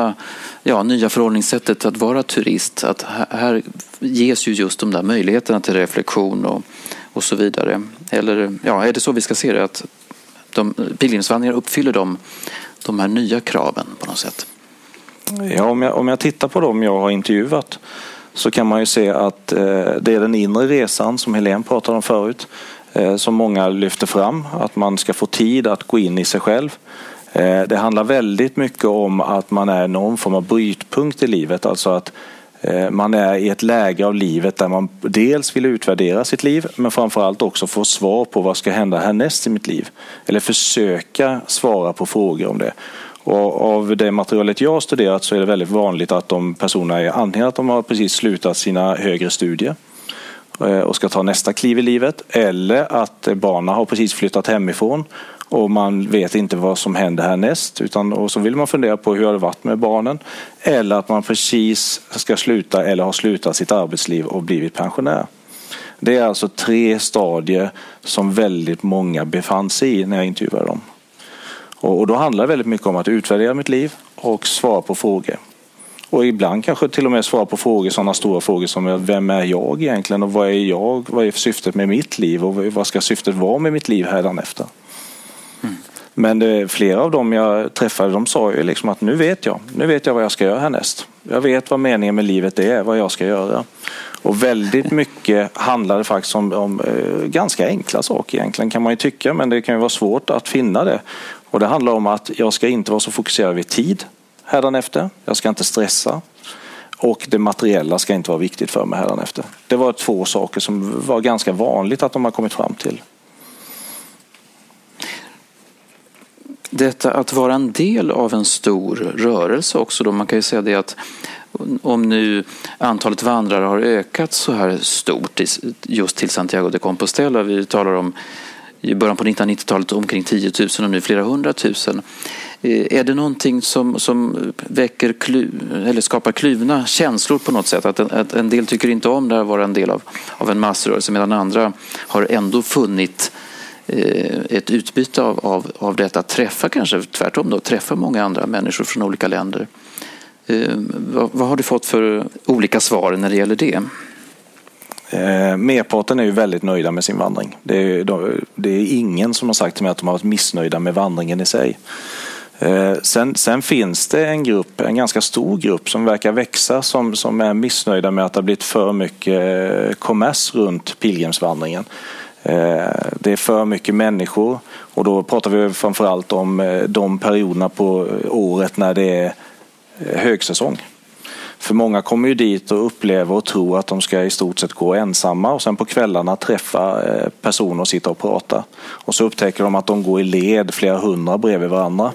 [SPEAKER 1] nya förhållningssättet att vara turist? Att här ges ju just de där möjligheterna till reflektion och så vidare. Eller är det så vi ska se det, att pilgrimsvandringar uppfyller de här nya kraven på något sätt?
[SPEAKER 4] Ja, om jag tittar på dem jag har intervjuat så kan man ju se att det är den inre resan som Helene pratade om förut som många lyfter fram, att man ska få tid att gå in i sig själv. Det handlar väldigt mycket om att man är någon form av brytpunkt i livet, alltså att man är i ett läge av livet där man dels vill utvärdera sitt liv men framförallt också få svar på vad ska hända härnäst i mitt liv. Eller försöka svara på frågor om det. Och av det materialet jag har studerat så är det väldigt vanligt att de personerna är antingen att de har precis slutat sina högre studier och ska ta nästa kliv i livet, eller att barnen har precis flyttat hemifrån och man vet inte vad som händer härnäst, och så vill man fundera på hur det har varit med barnen, eller att man precis ska sluta eller har slutat sitt arbetsliv och blivit pensionär. Det är alltså 3 stadier som väldigt många befann sig i när jag intervjuade dem. Och då handlar det väldigt mycket om att utvärdera mitt liv och svara på frågor. Och ibland kanske till och med svara på frågor, sådana stora frågor som vem är jag egentligen och vad är jag? Vad är syftet med mitt liv och vad ska syftet vara med mitt liv hädanefter? Mm. Men flera av dem jag träffade, de sa ju liksom att nu vet jag vad jag ska göra härnäst. Jag vet vad meningen med livet är, vad jag ska göra. Och väldigt mycket handlade faktiskt om ganska enkla saker egentligen kan man ju tycka, men det kan ju vara svårt att finna det. Och det handlar om att jag ska inte vara så fokuserad vid tid hädanefter. Jag ska inte stressa. Och det materiella ska inte vara viktigt för mig hädanefter. Det var 2 saker som var ganska vanligt att de har kommit fram till.
[SPEAKER 1] Detta att vara en del av en stor rörelse också då, man kan ju säga det att om nu antalet vandrare har ökat så här stort just till Santiago de Compostela, vi talar om i början på 1990-talet omkring 10 000 och nu flera 100 000. Är det någonting som väcker eller skapar kluvna känslor på något sätt? Att en del tycker inte om det att vara en del av en massrörelse medan andra har ändå funnit ett utbyte av detta, att träffa kanske tvärtom då, träffa många andra människor från olika länder. Vad har du fått för olika svar när det gäller det?
[SPEAKER 4] Merparten är ju väldigt nöjda med sin vandring. Det är ingen som har sagt till mig att de har varit missnöjda med vandringen i sig. Sen finns det en ganska stor grupp som verkar växa som är missnöjda med att det har blivit för mycket kommers runt pilgrimsvandringen. Det är för mycket människor och då pratar vi framförallt om de perioderna på året när det är högsäsong. För många kommer ju dit och upplever och tror att de ska i stort sett gå ensamma och sen på kvällarna träffa personer och sitta och prata. Och så upptäcker de att de går i led flera 100 bredvid varandra.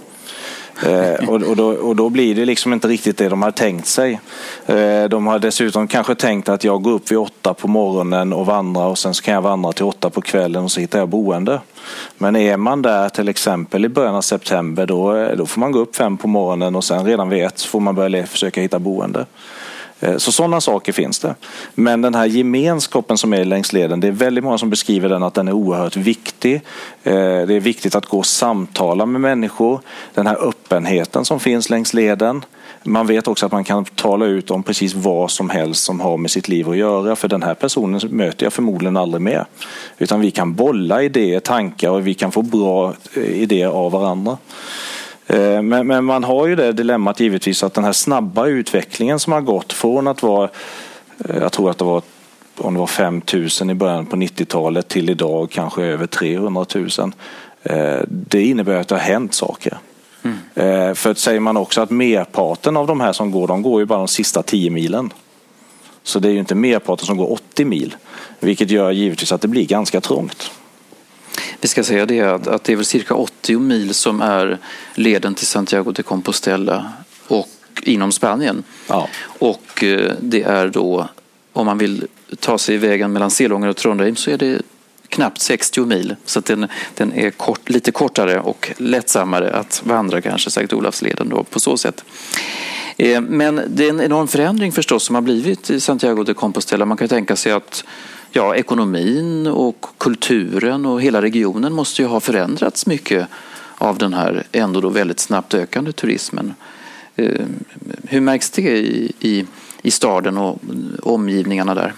[SPEAKER 4] Och då blir det liksom inte riktigt det de har tänkt sig. De har dessutom kanske tänkt att jag går upp vid 8 på morgonen och vandrar och sen så kan jag vandra till 8 på kvällen och så hittar jag boende. Men är man där till exempel i början av september då får man gå upp 5 på morgonen och sen redan vid 1 så får man börja försöka hitta boende. Så sådana saker finns det. Men den här gemenskapen som är längs leden, det är väldigt många som beskriver den att den är oerhört viktig. Det är viktigt att gå och samtala med människor. Den här öppenheten som finns längs leden. Man vet också att man kan tala ut om precis vad som helst som har med sitt liv att göra. För den här personen möter jag förmodligen aldrig mer. Utan vi kan bolla idéer, tankar och vi kan få bra idéer av varandra. Men man har ju det dilemmat givetvis att den här snabba utvecklingen som har gått från att vara, jag tror att det var om det var 5 000 i början på 90-talet till idag kanske över 300 000. Det innebär att det har hänt saker. För att säger man också att merparten av de här som går, de går ju bara de sista 10 milen. Så det är ju inte merparten som går 80 mil. Vilket gör givetvis att det blir ganska trångt.
[SPEAKER 1] Vi ska säga det att det är väl cirka 80 mil som är leden till Santiago de Compostela och inom Spanien.
[SPEAKER 4] Ja.
[SPEAKER 1] Och det är då, om man vill ta sig i vägen mellan Selånger och Trondheim, så är det knappt 60 mil. Så att den är lite kortare och lättsammare att vandra kanske Sankt Olavsleden då på så sätt. Men det är en enorm förändring förstås som har blivit i Santiago de Compostela. Man kan tänka sig att ekonomin och kulturen och hela regionen måste ju ha förändrats mycket av den här ändå då väldigt snabbt ökande turismen. Hur märks det i staden och omgivningarna där?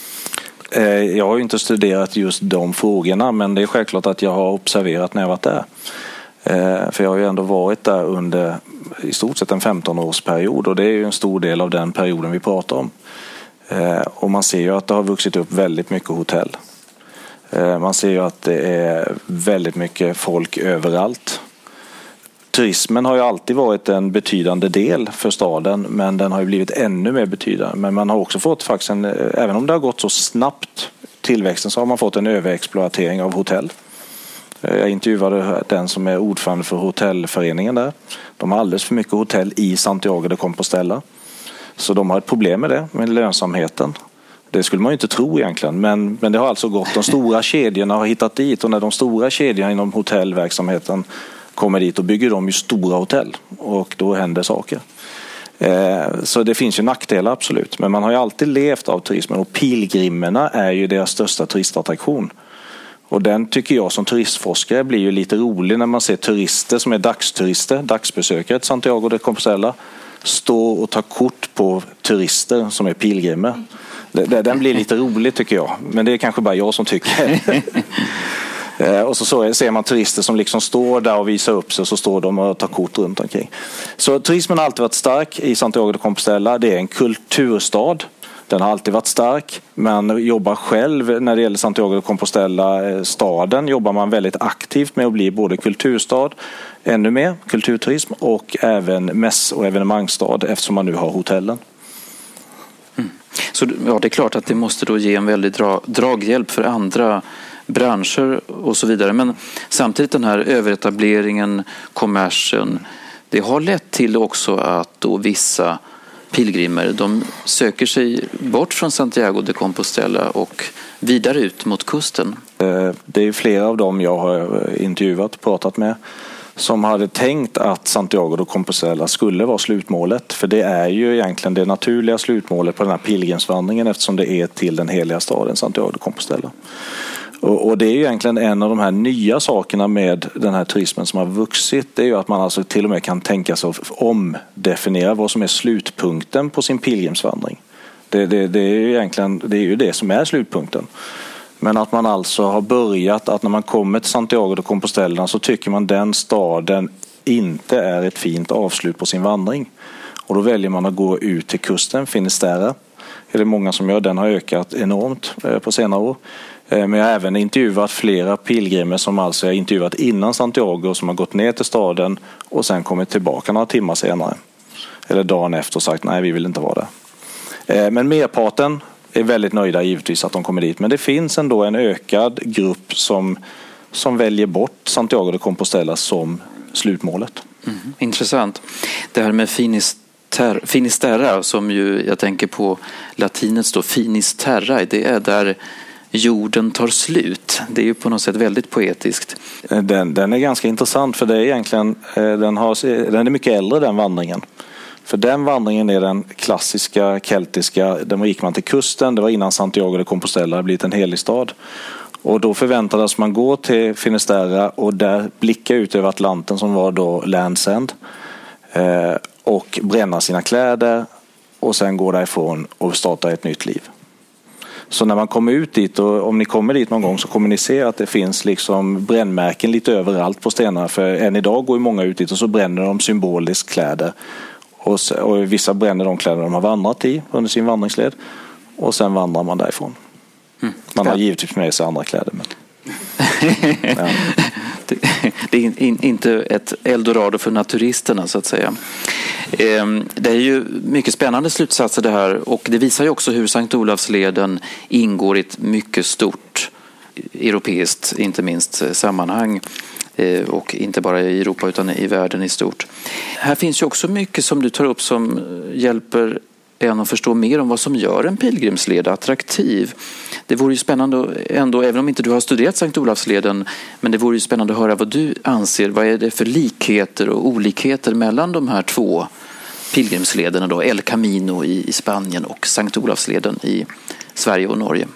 [SPEAKER 4] Jag har ju inte studerat just de frågorna, men det är självklart att jag har observerat när jag varit där. För jag har ju ändå varit där under i stort sett en 15-årsperiod, och det är ju en stor del av den perioden vi pratar om. Och man ser ju att det har vuxit upp väldigt mycket hotell. Man ser ju att det är väldigt mycket folk överallt. Turismen har ju alltid varit en betydande del för staden, men den har ju blivit ännu mer betydande. Men man har också fått faktiskt även om det har gått så snabbt tillväxten, så har man fått en överexploatering av hotell. Jag intervjuade den som är ordförande för hotellföreningen där. De har alldeles för mycket hotell i Santiago de Compostela. Så de har ett problem med det, med lönsamheten. Det skulle man ju inte tro egentligen, men det har alltså gått. De stora kedjorna har hittat dit, och när de stora kedjorna inom hotellverksamheten kommer dit och bygger de ju stora hotell, och då händer saker. Så det finns ju nackdelar absolut, men man har ju alltid levt av turismen, och pilgrimerna är ju deras största turistattraktion. Och den tycker jag som turistforskare blir ju lite rolig när man ser turister som är dagsturister, dagsbesökare till Santiago de Compostela, stå och ta kort på turister som är pilgrimer. Den blir lite rolig tycker jag, men det är kanske bara jag som tycker. Och så ser man turister som liksom står där och visar upp sig, och så står de och tar kort runt omkring. Så turismen har alltid varit stark i Santiago de Compostela. Det är en kulturstad. Den har alltid varit stark. Man jobbar själv när det gäller Santiago de Compostela, staden, jobbar man väldigt aktivt med att bli både kulturstad, ännu mer kulturturism, och även mäss- och evenemangstad, eftersom man nu har hotellen.
[SPEAKER 1] Så det är klart att det måste då ge en väldigt draghjälp för andra branscher och så vidare. Men samtidigt den här överetableringen, kommersen, det har lett till också att då vissa pilgrimer, de söker sig bort från Santiago de Compostela och vidare ut mot kusten.
[SPEAKER 4] Det är flera av dem jag har intervjuat och pratat med som hade tänkt att Santiago de Compostela skulle vara slutmålet. För det är ju egentligen det naturliga slutmålet på den här pilgrimsvandringen, eftersom det är till den heliga staden Santiago de Compostela. Och det är ju egentligen en av de här nya sakerna med den här turismen som har vuxit. Det är ju att man alltså till och med kan tänka sig att omdefiniera vad som är slutpunkten på sin pilgrimsvandring. Det är ju egentligen det som är slutpunkten. Men att man alltså har börjat att när man kommer till Santiago de Compostela så tycker man den staden inte är ett fint avslut på sin vandring. Och då väljer man att gå ut till kusten, Finisterre. Det är många som gör, den har ökat enormt på senare år. Men jag har även intervjuat flera pilgrimer som alltså jag intervjuat innan Santiago, som har gått ner till staden och sen kommit tillbaka några timmar senare. Eller dagen efter och sagt nej, vi vill inte vara där. Men merparten är väldigt nöjda givetvis att de kommer dit. Men det finns ändå en ökad grupp som väljer bort Santiago de Compostela som slutmålet.
[SPEAKER 1] Intressant. Det här med Finisterra, som ju jag tänker på latinets då, finis terra, det är där jorden tar slut. Det är ju på något sätt väldigt poetiskt.
[SPEAKER 4] Den är ganska intressant, för det är egentligen den är mycket äldre, den vandringen. För den vandringen är den klassiska keltiska, där gick man till kusten, det var innan Santiago de Compostela hade blivit en helig stad. Och då förväntades man gå till Finisterre och där blicka ut över Atlanten, som var då Land's End, och bränna sina kläder och sen gå därifrån och starta ett nytt liv. Så när man kommer ut dit, och om ni kommer dit någon gång, så kommer ni se att det finns liksom brännmärken lite överallt på stenarna. För än idag går ju många ut dit och så bränner de symboliskt kläder. Och vissa bränner de kläder de har vandrat i under sin vandringsled. Och sen vandrar man därifrån. Man har givetvis med sig andra kläder. Men...
[SPEAKER 1] ja. Det är inte ett eldorado för naturisterna, så att säga. Det är ju mycket spännande slutsatser det här, och det visar ju också hur Sankt Olavsleden ingår i ett mycket stort europeiskt, inte minst, sammanhang. Och inte bara i Europa utan i världen i stort. Här finns ju också mycket som du tar upp som hjälper en att förstå mer om vad som gör en pilgrimsled attraktiv. Det vore ju spännande ändå, även om inte du har studerat Sankt Olavsleden, men det vore ju spännande att höra vad du anser. Vad är det för likheter och olikheter mellan de här två pilgrimslederna då? El Camino i Spanien och Sankt Olavsleden i Sverige och Norge.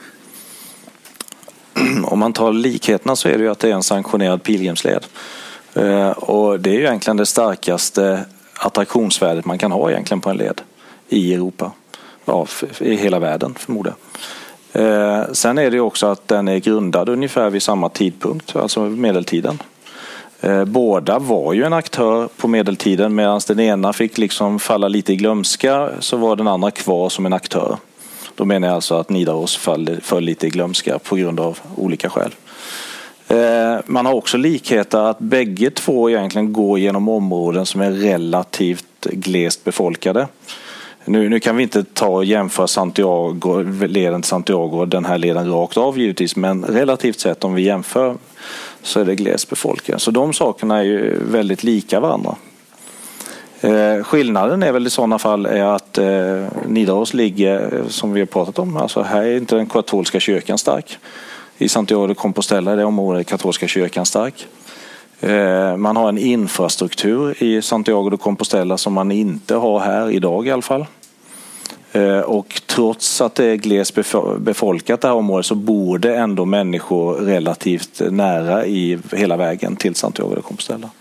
[SPEAKER 4] Om man tar likheterna så är det ju att det är en sanktionerad pilgrimsled. Och det är ju egentligen det starkaste attraktionsvärdet man kan ha egentligen på en led i Europa. Ja, i hela världen förmodar jag. Sen är det ju också att den är grundad ungefär vid samma tidpunkt, alltså medeltiden. Båda var ju en aktör på medeltiden, medan den ena fick liksom falla lite i glömska så var den andra kvar som en aktör. Då menar jag alltså att Nidaros föll lite i glömska på grund av olika skäl. Man har också likheter att bägge två egentligen går genom områden som är relativt glest befolkade. Nu kan vi inte ta och jämföra leden till Santiago och den här leden rakt av givetvis, men relativt sett om vi jämför så är det glest befolkat. Så de sakerna är ju väldigt lika varandra. Skillnaden är väl i sådana fall är att Nidaros ligger, som vi har pratat om, alltså här är inte den katolska kyrkan stark. I Santiago de Compostela är det området katolska kyrkan stark. Man har en infrastruktur i Santiago de Compostela som man inte har här idag i alla fall. Och trots att det är glest befolkat det här området så bor det ändå människor relativt nära i hela vägen till Santiago de Compostela.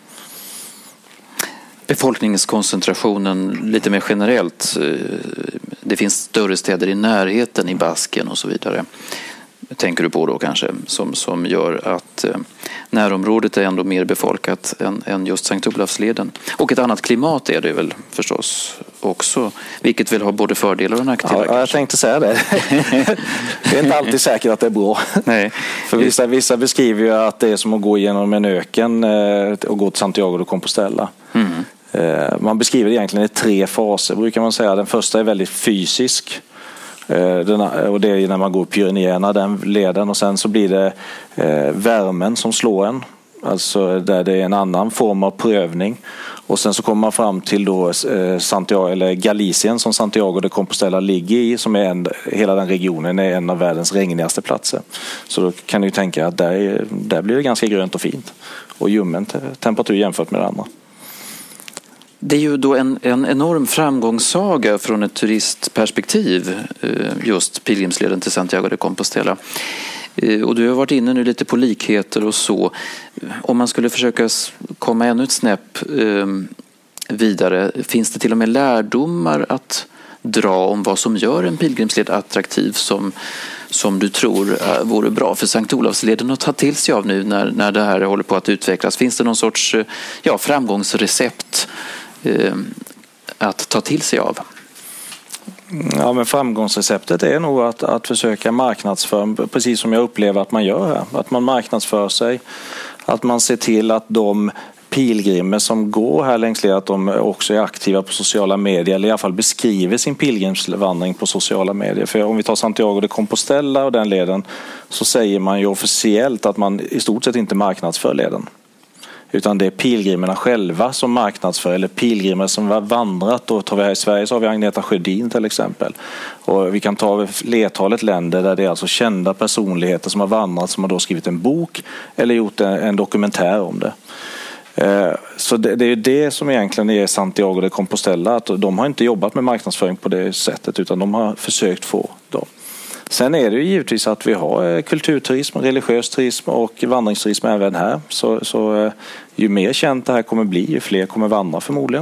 [SPEAKER 1] Befolkningskoncentrationen lite mer generellt. Det finns större städer i närheten i Basken och så vidare. Tänker du på då kanske som gör att närområdet är ändå mer befolkat än just Sankt Olavsleden. Och ett annat klimat är det väl förstås också, vilket väl har både fördelar och nackdelar.
[SPEAKER 4] Ja, jag tänkte säga det. Det är inte alltid säkert att det är bra.
[SPEAKER 1] Nej.
[SPEAKER 4] För vissa beskriver ju att det är som att gå genom en öken och gå till Santiago de Compostela. Man beskriver det egentligen i 3 faser brukar man säga. Den första är väldigt fysisk. Och det är när man går Pyrenéerna, den leden, och sen så blir det värmen som slår en, alltså där det är en annan form av prövning, och sen så kommer man fram till då Santiago, eller Galicien som Santiago de Compostela ligger i, som är hela den regionen är en av världens regnigaste platser. Så då kan du ju tänka att där blir det ganska grönt och fint och ljummen temperatur jämfört med det andra.
[SPEAKER 1] Det är ju då en enorm framgångssaga från ett turistperspektiv, just pilgrimsleden till Santiago de Compostela. Och du har varit inne nu lite på likheter och så. Om man skulle försöka komma ännu ett snäpp vidare, finns det till och med lärdomar att dra om vad som gör en pilgrimsled attraktiv som du tror vore bra för Sankt Olavsleden att ta till sig av nu när det här håller på att utvecklas? Finns det någon sorts framgångsrecept att ta till sig av?
[SPEAKER 4] Ja, men framgångsreceptet är nog att försöka marknadsföra, precis som jag upplever att man gör här. Att man marknadsför sig, att man ser till att de pilgrimer som går här längs led, att de också är aktiva på sociala medier, eller i alla fall beskriver sin pilgrimsvandring på sociala medier. För om vi tar Santiago de Compostela och den leden, så säger man ju officiellt att man i stort sett inte marknadsför leden. Utan det är pilgrimerna själva som marknadsför, eller pilgrimer som har vandrat. Och tar vi här i Sverige så har vi Agneta Sjödin till exempel. Och vi kan ta flertalet länder där det är alltså kända personligheter som har vandrat, som har då skrivit en bok eller gjort en dokumentär om det. Så det är ju det som egentligen är Santiago de Compostela, att de har inte jobbat med marknadsföring på det sättet, utan de har försökt få dem. Sen är det ju givetvis att vi har kulturturism, religiös turism och vandringsturism även här. Så ju mer känt det här kommer bli, ju fler kommer vandra förmodligen.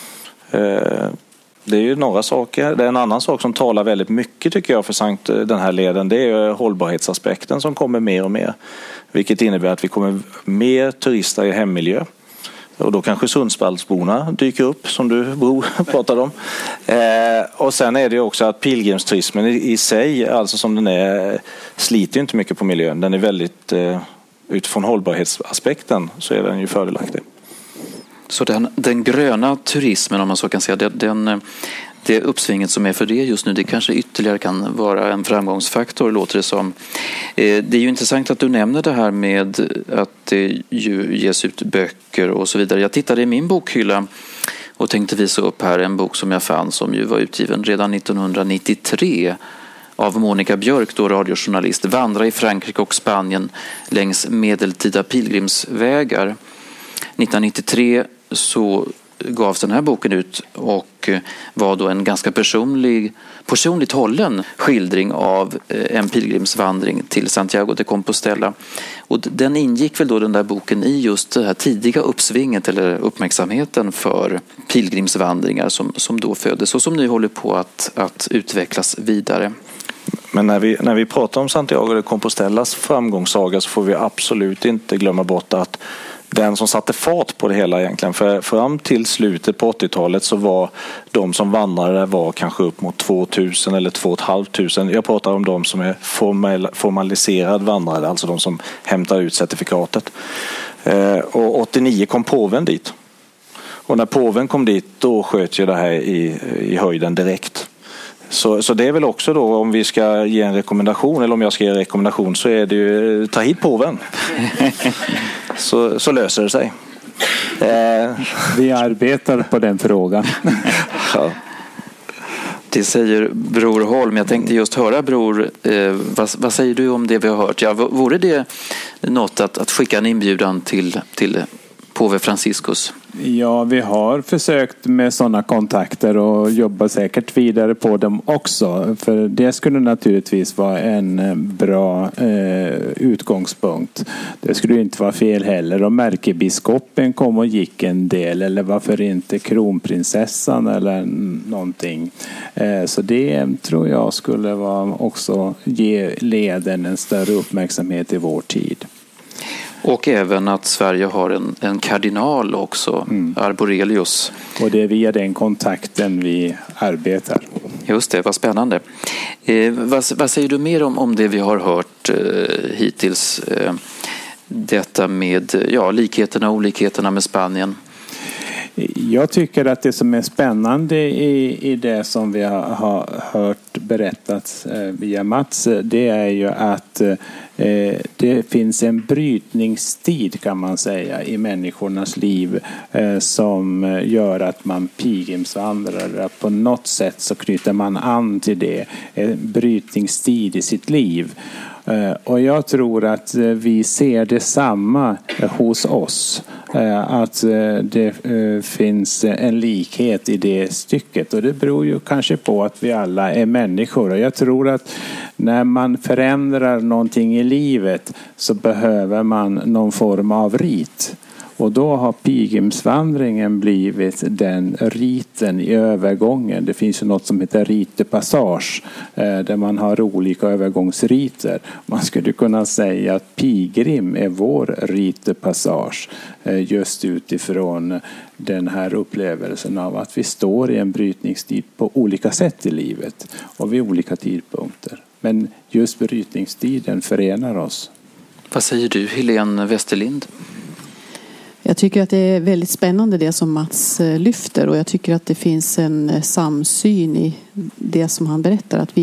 [SPEAKER 4] Det är ju några saker. Det är en annan sak som talar väldigt mycket tycker jag för den här leden. Det är hållbarhetsaspekten som kommer mer och mer. Vilket innebär att vi kommer mer turister i hemmiljö. Och då kanske Sundsvallsborna dyker upp, som du pratade om. Och sen är det ju också att pilgrimsturismen i sig, alltså som den är, sliter inte mycket på miljön. Den är väldigt, utifrån hållbarhetsaspekten så är den ju fördelaktig.
[SPEAKER 1] Så den gröna turismen, om man så kan säga, det uppsvinget som är för det just nu, det kanske ytterligare kan vara en framgångsfaktor, låter det som. Det är ju intressant att du nämner det här med att det ju ges ut böcker och så vidare. Jag tittade i min bokhylla och tänkte visa upp här en bok som jag fann som ju var utgiven redan 1993 av Monica Björk, då radiojournalist, Vandra i Frankrike och Spanien längs medeltida pilgrimsvägar. 1993 så gavs den här boken ut och var då en ganska personligt hållen skildring av en pilgrimsvandring till Santiago de Compostela. Och den ingick väl då, den där boken, i just det här tidiga uppsvinget eller uppmärksamheten för pilgrimsvandringar som då föddes och som nu håller på att utvecklas vidare.
[SPEAKER 4] Men när vi pratar om Santiago de Compostelas framgångssaga så får vi absolut inte glömma bort att den som satte fart på det hela egentligen, för fram till slutet på 80-talet så var de som vandrade var kanske upp mot 2000 eller 2500. Jag pratar om de som är formaliserad vandrare, alltså de som hämtar ut certifikatet. Och 89 kom påven dit. Och när påven kom dit, då sköt ju det här i höjden direkt. Så det är väl också då, om vi ska ge en rekommendation, eller om jag ska ge en rekommendation, så är det ju ta hit påven. Så löser det sig.
[SPEAKER 2] Vi arbetar på den frågan.
[SPEAKER 4] Ja.
[SPEAKER 1] Det säger Bror Holm. Jag tänkte just höra, Bror, vad säger du om det vi har hört? Ja, vore det något att skicka en inbjudan till påve Franciscus?
[SPEAKER 2] Ja, vi har försökt med sådana kontakter och jobbar säkert vidare på dem också. För det skulle naturligtvis vara en bra utgångspunkt. Det skulle inte vara fel heller om ärkebiskopen kom och gick en del, eller varför inte kronprinsessan eller någonting. Så det tror jag skulle vara också ge leden en större uppmärksamhet i vår tid.
[SPEAKER 1] Och även att Sverige har en kardinal också, Arborelius.
[SPEAKER 2] Och det är via den kontakten vi arbetar.
[SPEAKER 1] Just det, vad spännande. Vad säger du mer om det vi har hört hittills? Detta med likheterna och olikheterna med Spanien.
[SPEAKER 2] Jag tycker att det som är spännande i det som vi har hört berättats via Mats, det är ju att det finns en brytningstid, kan man säga, i människornas liv som gör att man pilgrimsvandrar. På något sätt så knyter man an till det, en brytningstid i sitt liv. Och jag tror att vi ser detsamma hos oss. Att det finns en likhet i det stycket. Och det beror ju kanske på att vi alla är människor. Och jag tror att när man förändrar någonting i livet så behöver man någon form av rit. Och då har pilgrimsvandringen blivit den riten i övergången. Det finns ju något som heter rite de passage, där man har olika övergångsriter. Man skulle kunna säga att pilgrim är vår rite de passage, just utifrån den här upplevelsen av att vi står i en brytningstid på olika sätt i livet och vid olika tidpunkter. Men just brytningstiden förenar oss.
[SPEAKER 1] Vad säger du, Helene Westerlind?
[SPEAKER 3] Jag tycker att det är väldigt spännande det som Mats lyfter, och jag tycker att det finns en samsyn i det som han berättar, att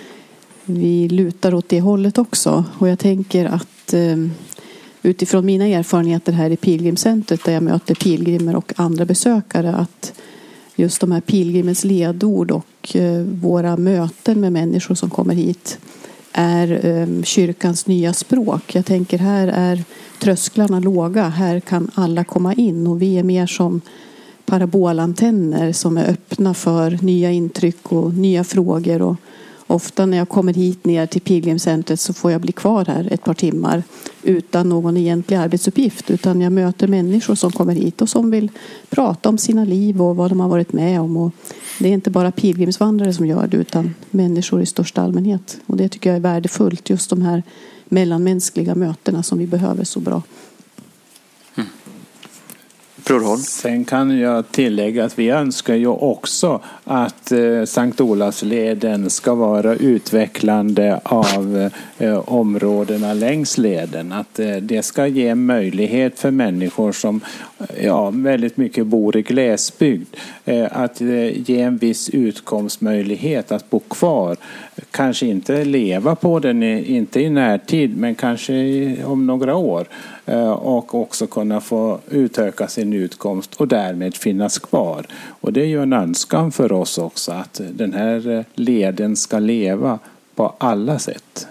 [SPEAKER 3] vi lutar åt det hållet också. Och jag tänker att utifrån mina erfarenheter här i pilgrimcentret, där jag möter pilgrimer och andra besökare, att just de här pilgrimens ledord och våra möten med människor som kommer hit är kyrkans nya språk. Jag tänker, här är trösklarna låga. Här kan alla komma in, och vi är mer som parabolantenner som är öppna för nya intryck och nya frågor. Och ofta när jag kommer hit ner till pilgrimcentret så får jag bli kvar här ett par timmar utan någon egentlig arbetsuppgift. Utan jag möter människor som kommer hit och som vill prata om sina liv och vad de har varit med om. Och det är inte bara pilgrimsvandrare som gör det, utan människor i största allmänhet. Och det tycker jag är värdefullt, just de här mellanmänskliga mötena som vi behöver så bra.
[SPEAKER 1] Brorholm.
[SPEAKER 2] Sen kan jag tillägga att vi önskar ju också att Sankt Olavsleden ska vara utvecklande av områdena längs leden. Att det ska ge möjlighet för människor som väldigt mycket bor i glesbygd att ge en viss utkomstmöjlighet att bo kvar. Kanske inte leva på den, inte i närtid, men kanske om några år. Och också kunna få utöka sin utkomst och därmed finnas kvar. Och det är ju en önskan för oss också att den här leden ska leva på alla sätt.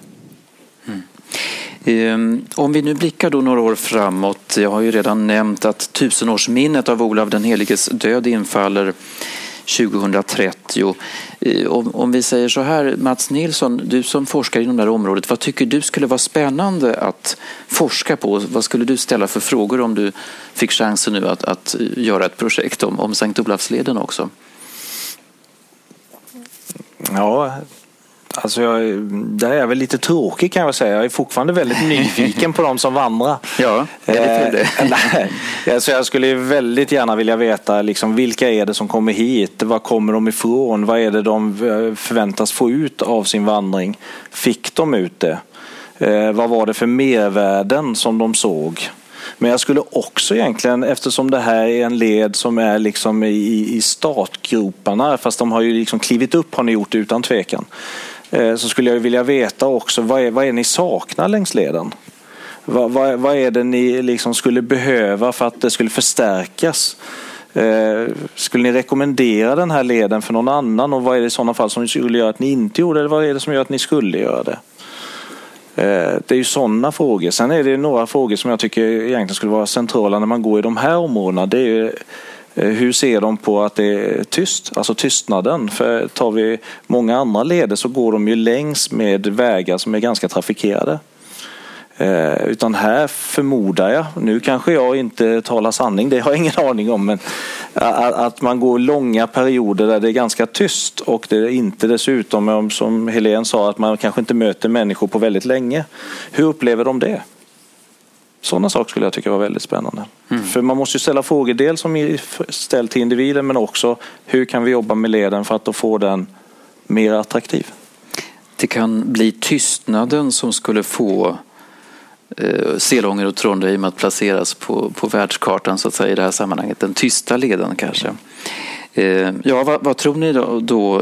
[SPEAKER 1] Om vi nu blickar då några år framåt, jag har ju redan nämnt att 1000-årsminnet av Olav den heliges död infaller 2030. Om vi säger så här, Mats Nilsson, du som forskar inom det här området, vad tycker du skulle vara spännande att forska på? Vad skulle du ställa för frågor om du fick chansen nu att göra ett projekt om Sankt Olavsleden också?
[SPEAKER 4] Ja, alltså det är väl lite tråkigt kan jag säga. Jag är fortfarande väldigt nyfiken på de som vandrar.
[SPEAKER 1] Ja,
[SPEAKER 4] så jag skulle väldigt gärna vilja veta liksom, vilka är det som kommer hit? Var kommer de ifrån? Vad är det de förväntas få ut av sin vandring? Fick de ut det? Vad var det för mervärden som de såg? Men jag skulle också egentligen, eftersom det här är en led som är liksom i startgroparna, fast de har ju liksom klivit upp, har ni gjort utan tvekan, så skulle jag vilja veta också vad är ni saknar längs leden? Vad är det ni liksom skulle behöva för att det skulle förstärkas? Skulle ni rekommendera den här leden för någon annan, och vad är det i sådana fall som skulle göra att ni inte gjorde det, eller vad är det som gör att ni skulle göra det? Det är ju sådana frågor. Sen är det några frågor som jag tycker egentligen skulle vara centrala när man går i de här områdena. Det är ju hur ser de på att det är tyst, alltså tystnaden. För tar vi många andra leder så går de ju längs med vägar som är ganska trafikerade. Utan här förmodar jag, nu kanske jag inte talar sanning, det har jag ingen aning om, men att man går långa perioder där det är ganska tyst, och det är inte dessutom, som Helene sa, att man kanske inte möter människor på väldigt länge. Hur upplever de det? Sådana saker skulle jag tycka var väldigt spännande. För man måste ju ställa frågor, dels som är ställd till individen, men också hur kan vi jobba med leden för att då få den mer attraktiv?
[SPEAKER 1] Det kan bli tystnaden som skulle få Selånger och Trondheim att placeras på världskartan så att säga i det här sammanhanget. Den tysta leden kanske. Vad tror ni då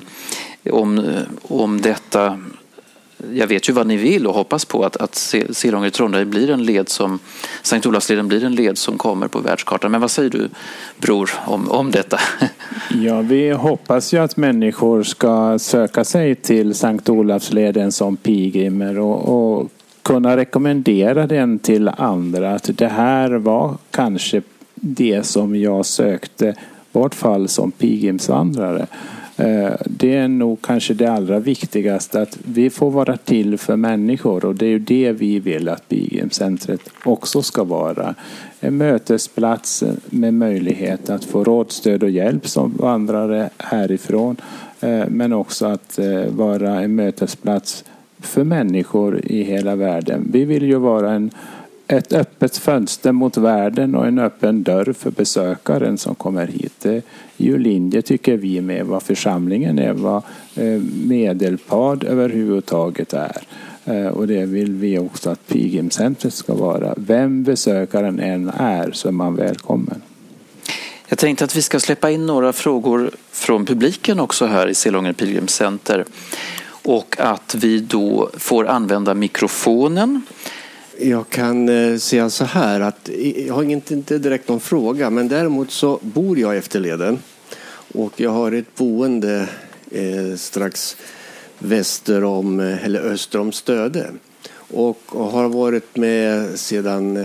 [SPEAKER 1] om detta? Jag vet ju vad ni vill och hoppas på att Selånger och Trondheim blir en led som Sankt Olavsleden blir en led som kommer på världskartan. Men vad säger du, Bror, om detta?
[SPEAKER 2] Ja, vi hoppas ju att människor ska söka sig till Sankt Olavsleden som pilgrimer och kunna rekommendera den till andra, att det här var kanske det som jag sökte i vart fall som pilgrimsvandrare. Det är nog kanske det allra viktigaste, att vi får vara till för människor, och det är ju det vi vill att pilgrimscentret också ska vara. En mötesplats med möjlighet att få råd, stöd och hjälp som vandrare härifrån, men också att vara en mötesplats för människor i hela världen. Vi vill ju vara ett öppet fönster mot världen och en öppen dörr för besökaren som kommer hit. Det är ju linje, tycker vi, med vad församlingen är, vad Medelpad överhuvudtaget är. Och det vill vi också att pilgrimscentret ska vara. Vem besökaren än är så är man välkommen.
[SPEAKER 1] Jag tänkte att vi ska släppa in några frågor från publiken också här i Selånger pilgrimscenter. Och att vi då får använda mikrofonen.
[SPEAKER 5] Jag kan säga så här att jag har inte direkt någon fråga, men däremot så bor jag efter leden. Och jag har ett boende strax öster om Stöde. Och har varit med sedan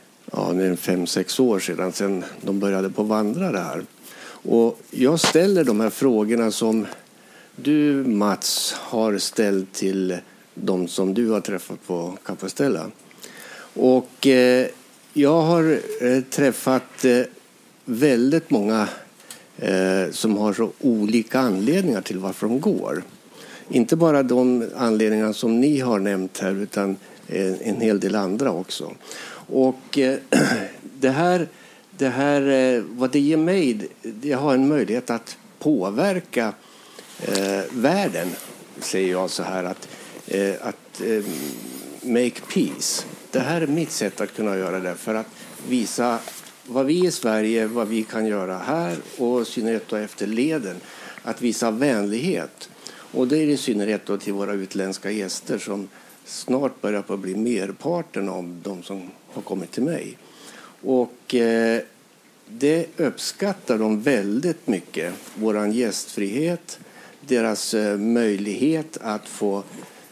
[SPEAKER 5] 5-6 år sedan de började på vandra det här. Och jag ställer de här frågorna som du, Mats, har ställt till de som du har träffat på Kapostella. Och jag har träffat väldigt många som har så olika anledningar till varför de går. Inte bara de anledningar som ni har nämnt här, utan en hel del andra också. Och det här det här, vad det ger mig, jag har en möjlighet att påverka världen, säger jag så här, att make peace. Det här är mitt sätt att kunna göra det, för att visa vad vi i Sverige, vad vi kan göra här, och i synnerhet då efter leden, att visa vänlighet. Och det är i synnerhet då till våra utländska gäster som snart börjar på att bli merparten av de som har kommit till mig. Och det uppskattar de väldigt mycket. Våran gästfrihet, deras möjlighet att få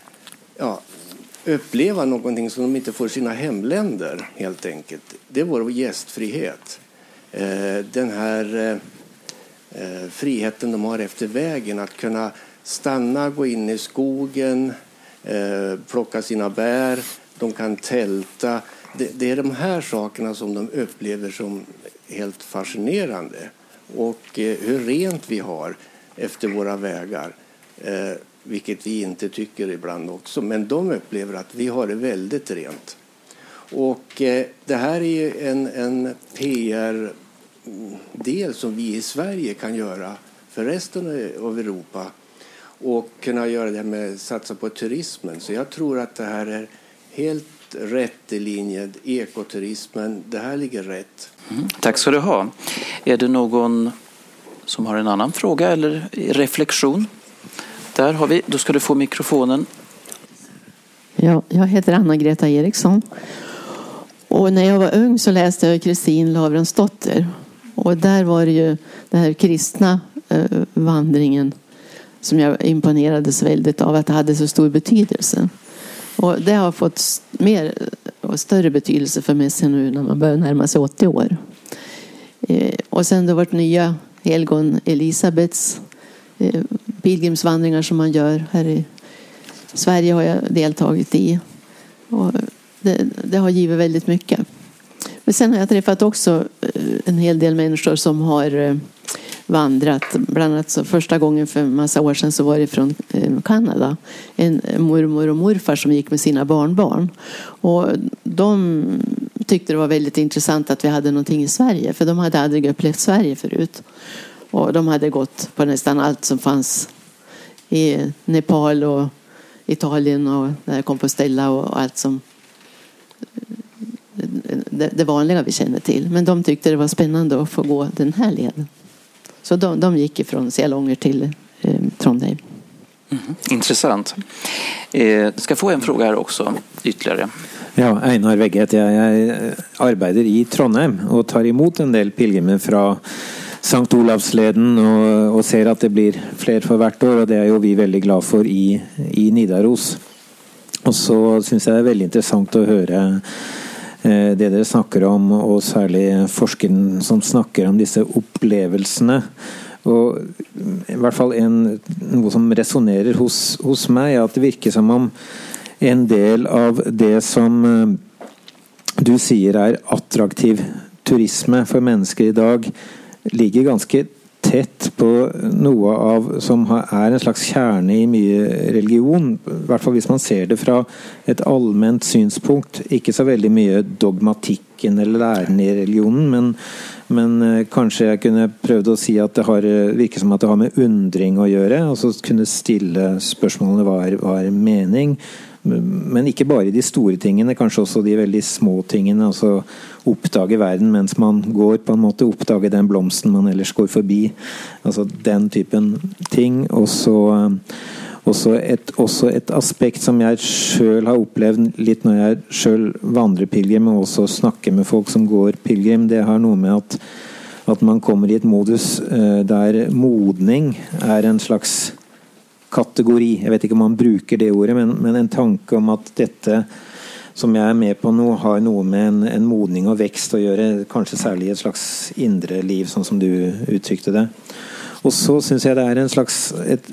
[SPEAKER 5] uppleva någonting som de inte får i sina hemländer, helt enkelt. Det är vår gästfrihet. Den här friheten de har efter vägen, att kunna stanna, gå in i skogen, plocka sina bär, de kan tälta. Det är de här sakerna som de upplever som helt fascinerande. Och hur rent vi har efter våra vägar, vilket vi inte tycker ibland också. Men de upplever att vi har det väldigt rent. Och det här är en PR-del som vi i Sverige kan göra för resten av Europa. Och kunna göra det med satsa på turismen. Så jag tror att det här är helt rätt i linje. Ekoturismen, det här ligger rätt.
[SPEAKER 1] Tack ska du ha. Är det någon som har en annan fråga eller reflektion? Där har vi, då ska du få mikrofonen.
[SPEAKER 6] Ja, jag heter Anna-Greta Eriksson. Och när jag var ung så läste jag Kristin Lavrensdotter. Och där var det ju den här kristna vandringen som jag imponerades väldigt av, att det hade så stor betydelse. Och det har fått mer och större betydelse för mig sen nu när man börjar närma sig 80 år. Och sen det har varit nya helgon Elisabets pilgrimsvandringar som man gör här i Sverige, har jag deltagit i. Och det har givit väldigt mycket. Men sen har jag träffat också en hel del människor som har vandrat. Bland annat så första gången för en massa år sedan så var det från Kanada. En mormor och morfar som gick med sina barnbarn. Och de tyckte det var väldigt intressant att vi hade någonting i Sverige. För de hade aldrig upplevt Sverige förut. Och de hade gått på nästan allt som fanns i Nepal och Italien och där Compostela och allt som det vanliga vi känner till. Men de tyckte det var spännande att få gå den här leden. Så de gick ifrån Selånger till Trondheim.
[SPEAKER 1] Intressant. Jag ska få en fråga här också ytterligare.
[SPEAKER 7] Ja, Einar Vegge heter jag arbetar i Trondheim och tar emot en del pilgrimer från Sankt Olavsleden och ser att det blir fler för hvert år, och det är ju vi väldigt glada för i Nidaros. Och så syns jag det är väldigt intressant att höra det dere snakker om, och særlig forskeren som snakker om disse opplevelsene. Og i hvert fall noe som resonerer hos meg, er at det virker som om en del av det som du sier er attraktiv turisme for mennesker i dag, ligger ganske tett på noe av som er en slags kjerne i mye religion, i hvert fall hvis man ser det fra et allment synspunkt. Ikke så veldig mye dogmatikken eller læren i religionen, men kanskje jeg kunne prøvd å si at det virker som at det har med undring å gjøre, og så kunne stille spørsmålene hva er mening, men ikke bare de store tingene, kanskje også de veldig små tingene, altså oppdage verden mens man går, på en måte oppdage den blomsten man ellers går forbi, altså den typen ting. Og så også et aspekt som jeg selv har opplevd litt når jeg selv vandrer pilgrim, og også snakker med folk som går pilgrim, det har noe med at man kommer i et modus der modning er en slags kategori. Jeg vet ikke om man bruker det ordet, men en tanke om at dette som jeg er med på nå har noe med en modning og vekst å gjøre, kanskje særlig i et slags indre liv, sånn som du uttrykte det. Og så synes jeg det er en slags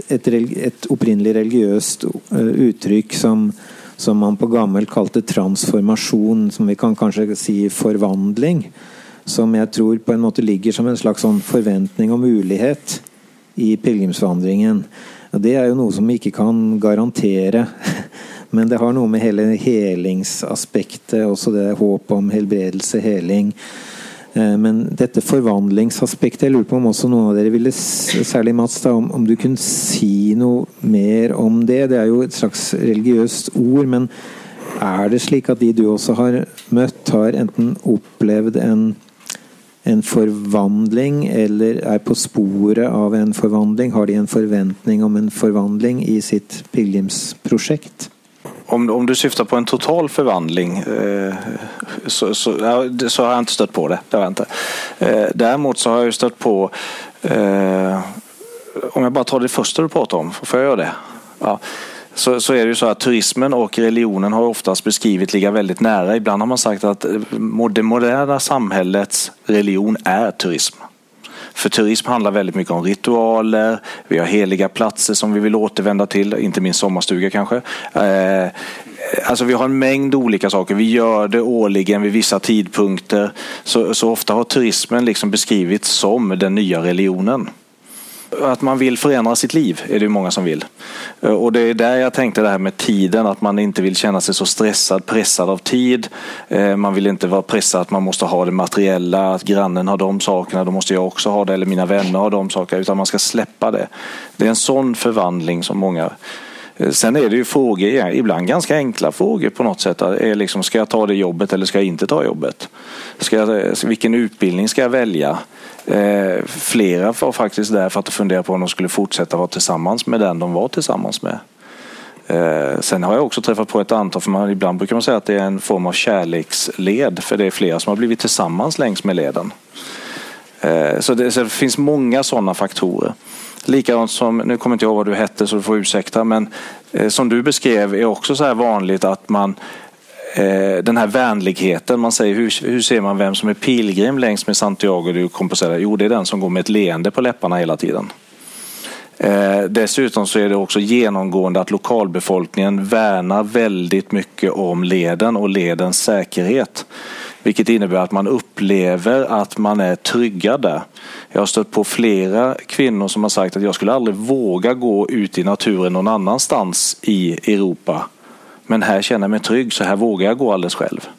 [SPEAKER 7] et opprinnelig religiøst uttrykk som man på gammel kalte transformasjon, som vi kan kanskje si forvandling, som jeg tror på en måte ligger som en slags sånn forventning og mulighet i pilgrimsvandringen. Og det er jo noe som vi ikke kan garantere, men det har noe med hele helingsaspektet, også det håp om helbredelse, heling, Men dette forvandlingsaspektet, jeg lurer på om også noen av dere ville, særlig Mats, da, om du kunne si noe mer om det. Det er jo et slags religiøst ord, men er det slik at de du også har møtt, har enten opplevd en forvandling, eller er på sporet av en forvandling? Har de en forventning om en forvandling i sitt pilgrimsprojekt?
[SPEAKER 4] Om du syftar på en total förvandling så har jag inte stött på det. Det har jag inte. Däremot så har jag ju stött på, om jag bara tar det första du pratar om, får jag göra det? Ja. Så är det ju så att turismen och religionen har oftast beskrivit ligga väldigt nära. Ibland har man sagt att det moderna samhällets religion är turism. För turism handlar väldigt mycket om ritualer, vi har heliga platser som vi vill återvända till, inte minst sommarstuga kanske. Alltså vi har en mängd olika saker, vi gör det årligen vid vissa tidpunkter. Så ofta har turismen liksom beskrivits som den nya religionen. Att man vill förändra sitt liv är det ju många som vill. Och det är där jag tänkte det här med tiden, att man inte vill känna sig så stressad, pressad av tid. Man vill inte vara pressad att man måste ha det materiella, att grannen har de sakerna, då måste jag också ha det, eller mina vänner har de sakerna, utan man ska släppa det. Det är en sån förvandling som många. Sen är det ju frågor, ibland ganska enkla frågor på något sätt. Är liksom, ska jag ta det jobbet eller ska jag inte ta jobbet? Vilken utbildning ska jag välja? Flera var faktiskt där för att fundera på om de skulle fortsätta vara tillsammans med den de var tillsammans med. Sen har jag också träffat på ett antal, för ibland brukar man säga att det är en form av kärleksled, för det är flera som har blivit tillsammans längs med leden. Så det finns många sådana faktorer. Likadant som, nu kommer inte jag ihåg vad du hette så du får ursäkta, men som du beskrev är också så här vanligt att man den här vänligheten, man säger hur ser man vem som är pilgrim längs med Santiago de Compostela? Jo, det är den som går med ett leende på läpparna hela tiden. Dessutom så är det också genomgående att lokalbefolkningen värnar väldigt mycket om leden och ledens säkerhet. Vilket innebär att man upplever att man är trygga där. Jag har stött på flera kvinnor som har sagt att jag skulle aldrig våga gå ut i naturen någon annanstans i Europa. Men här känner jag mig trygg, så här vågar jag gå alldeles själv.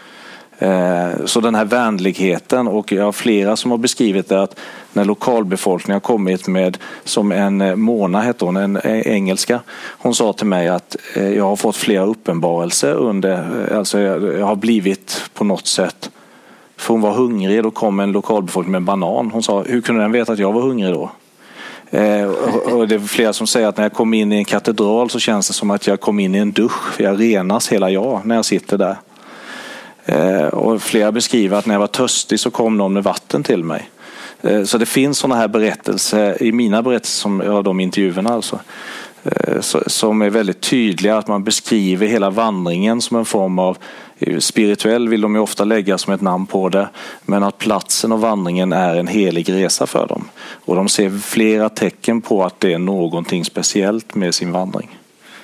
[SPEAKER 4] Så den här vänligheten, och jag har flera som har beskrivit det, att när lokalbefolkningen har kommit med, som en Mona hette hon, en engelska, hon sa till mig att jag har fått flera uppenbarelser alltså jag har blivit på något sätt, för hon var hungrig, då kom en lokalbefolkning med en banan. Hon sa, hur kunde den veta att jag var hungrig då? Och det är flera som säger att när jag kom in i en katedral så känns det som att jag kom in i en dusch, för jag renas hela jag när jag sitter där. Och flera beskriver att när jag var törstig så kom någon med vatten till mig. Så det finns sådana här berättelser i mina berättelser, som de intervjuerna alltså, som är väldigt tydliga, att man beskriver hela vandringen som en form av spirituell, vill de ju ofta lägga som ett namn på det, men att platsen och vandringen är en helig resa för dem. Och de ser flera tecken på att det är någonting speciellt med sin vandring.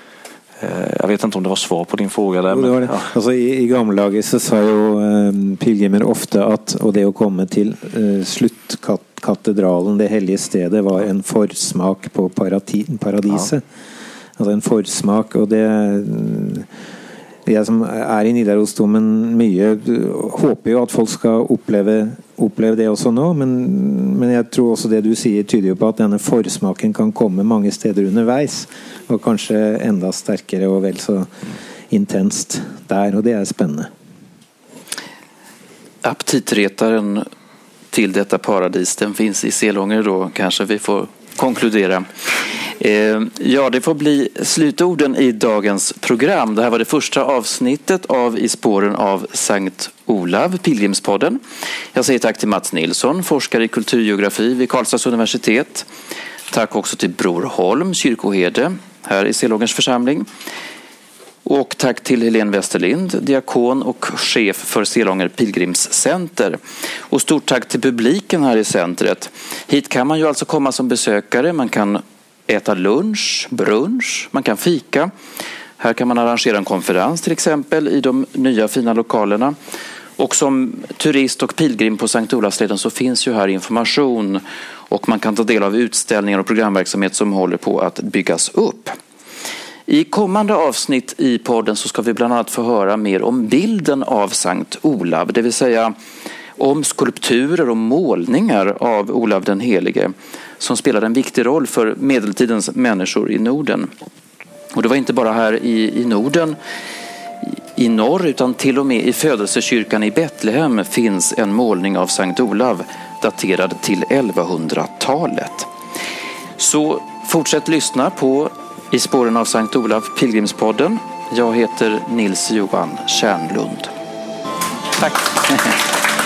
[SPEAKER 4] Jag vet inte om det var svar på din fråga där.
[SPEAKER 7] Men, ja. Alltså, i gamla dagar så sa ju pilgrimer ofta att, och det att komma till sluttkatedralen, det heliga stedet, var en forsmak på paradiset. Ja. Alltså en forsmak, och det jag som är i Nidarosdomen mycket hoppas ju att folk ska uppleva det också nu, men jag tror också det du säger tyder på att denna forsmaken kan komma många steder underveis, och kanske ända starkare och väl så intenst där, och det är spännande.
[SPEAKER 1] Aptitretaren till detta paradis, den finns i Selånger då, kanske vi får konkludera. Ja, det får bli slutorden i dagens program. Det här var det första avsnittet av I spåren av Sankt Olav, Pilgrimspodden. Jag säger tack till Mats Nilsson, forskare i kulturgeografi vid Karlstads universitet. Tack också till Bror Holm, kyrkoherde här i Selångers församling. Och tack till Helene Westerlind, diakon och chef för Selånger pilgrimscenter. Och stort tack till publiken här i centret. Hit kan man ju alltså komma som besökare. Man kan äta lunch, brunch, man kan fika. Här kan man arrangera en konferens till exempel i de nya fina lokalerna. Och som turist och pilgrim på Sankt Olavsleden så finns ju här information, och man kan ta del av utställningar och programverksamhet som håller på att byggas upp. I kommande avsnitt i podden så ska vi bland annat få höra mer om bilden av Sankt Olav, det vill säga om skulpturer och målningar av Olav den helige som spelade en viktig roll för medeltidens människor i Norden. Och det var inte bara här i Norden, i norr, utan till och med i födelsekyrkan i Betlehem finns en målning av Sankt Olav daterad till 1100-talet. Så fortsätt lyssna på I spåren av Sankt Olav, Pilgrimspodden. Jag heter Nils Johan Kärnlund.
[SPEAKER 2] Tack.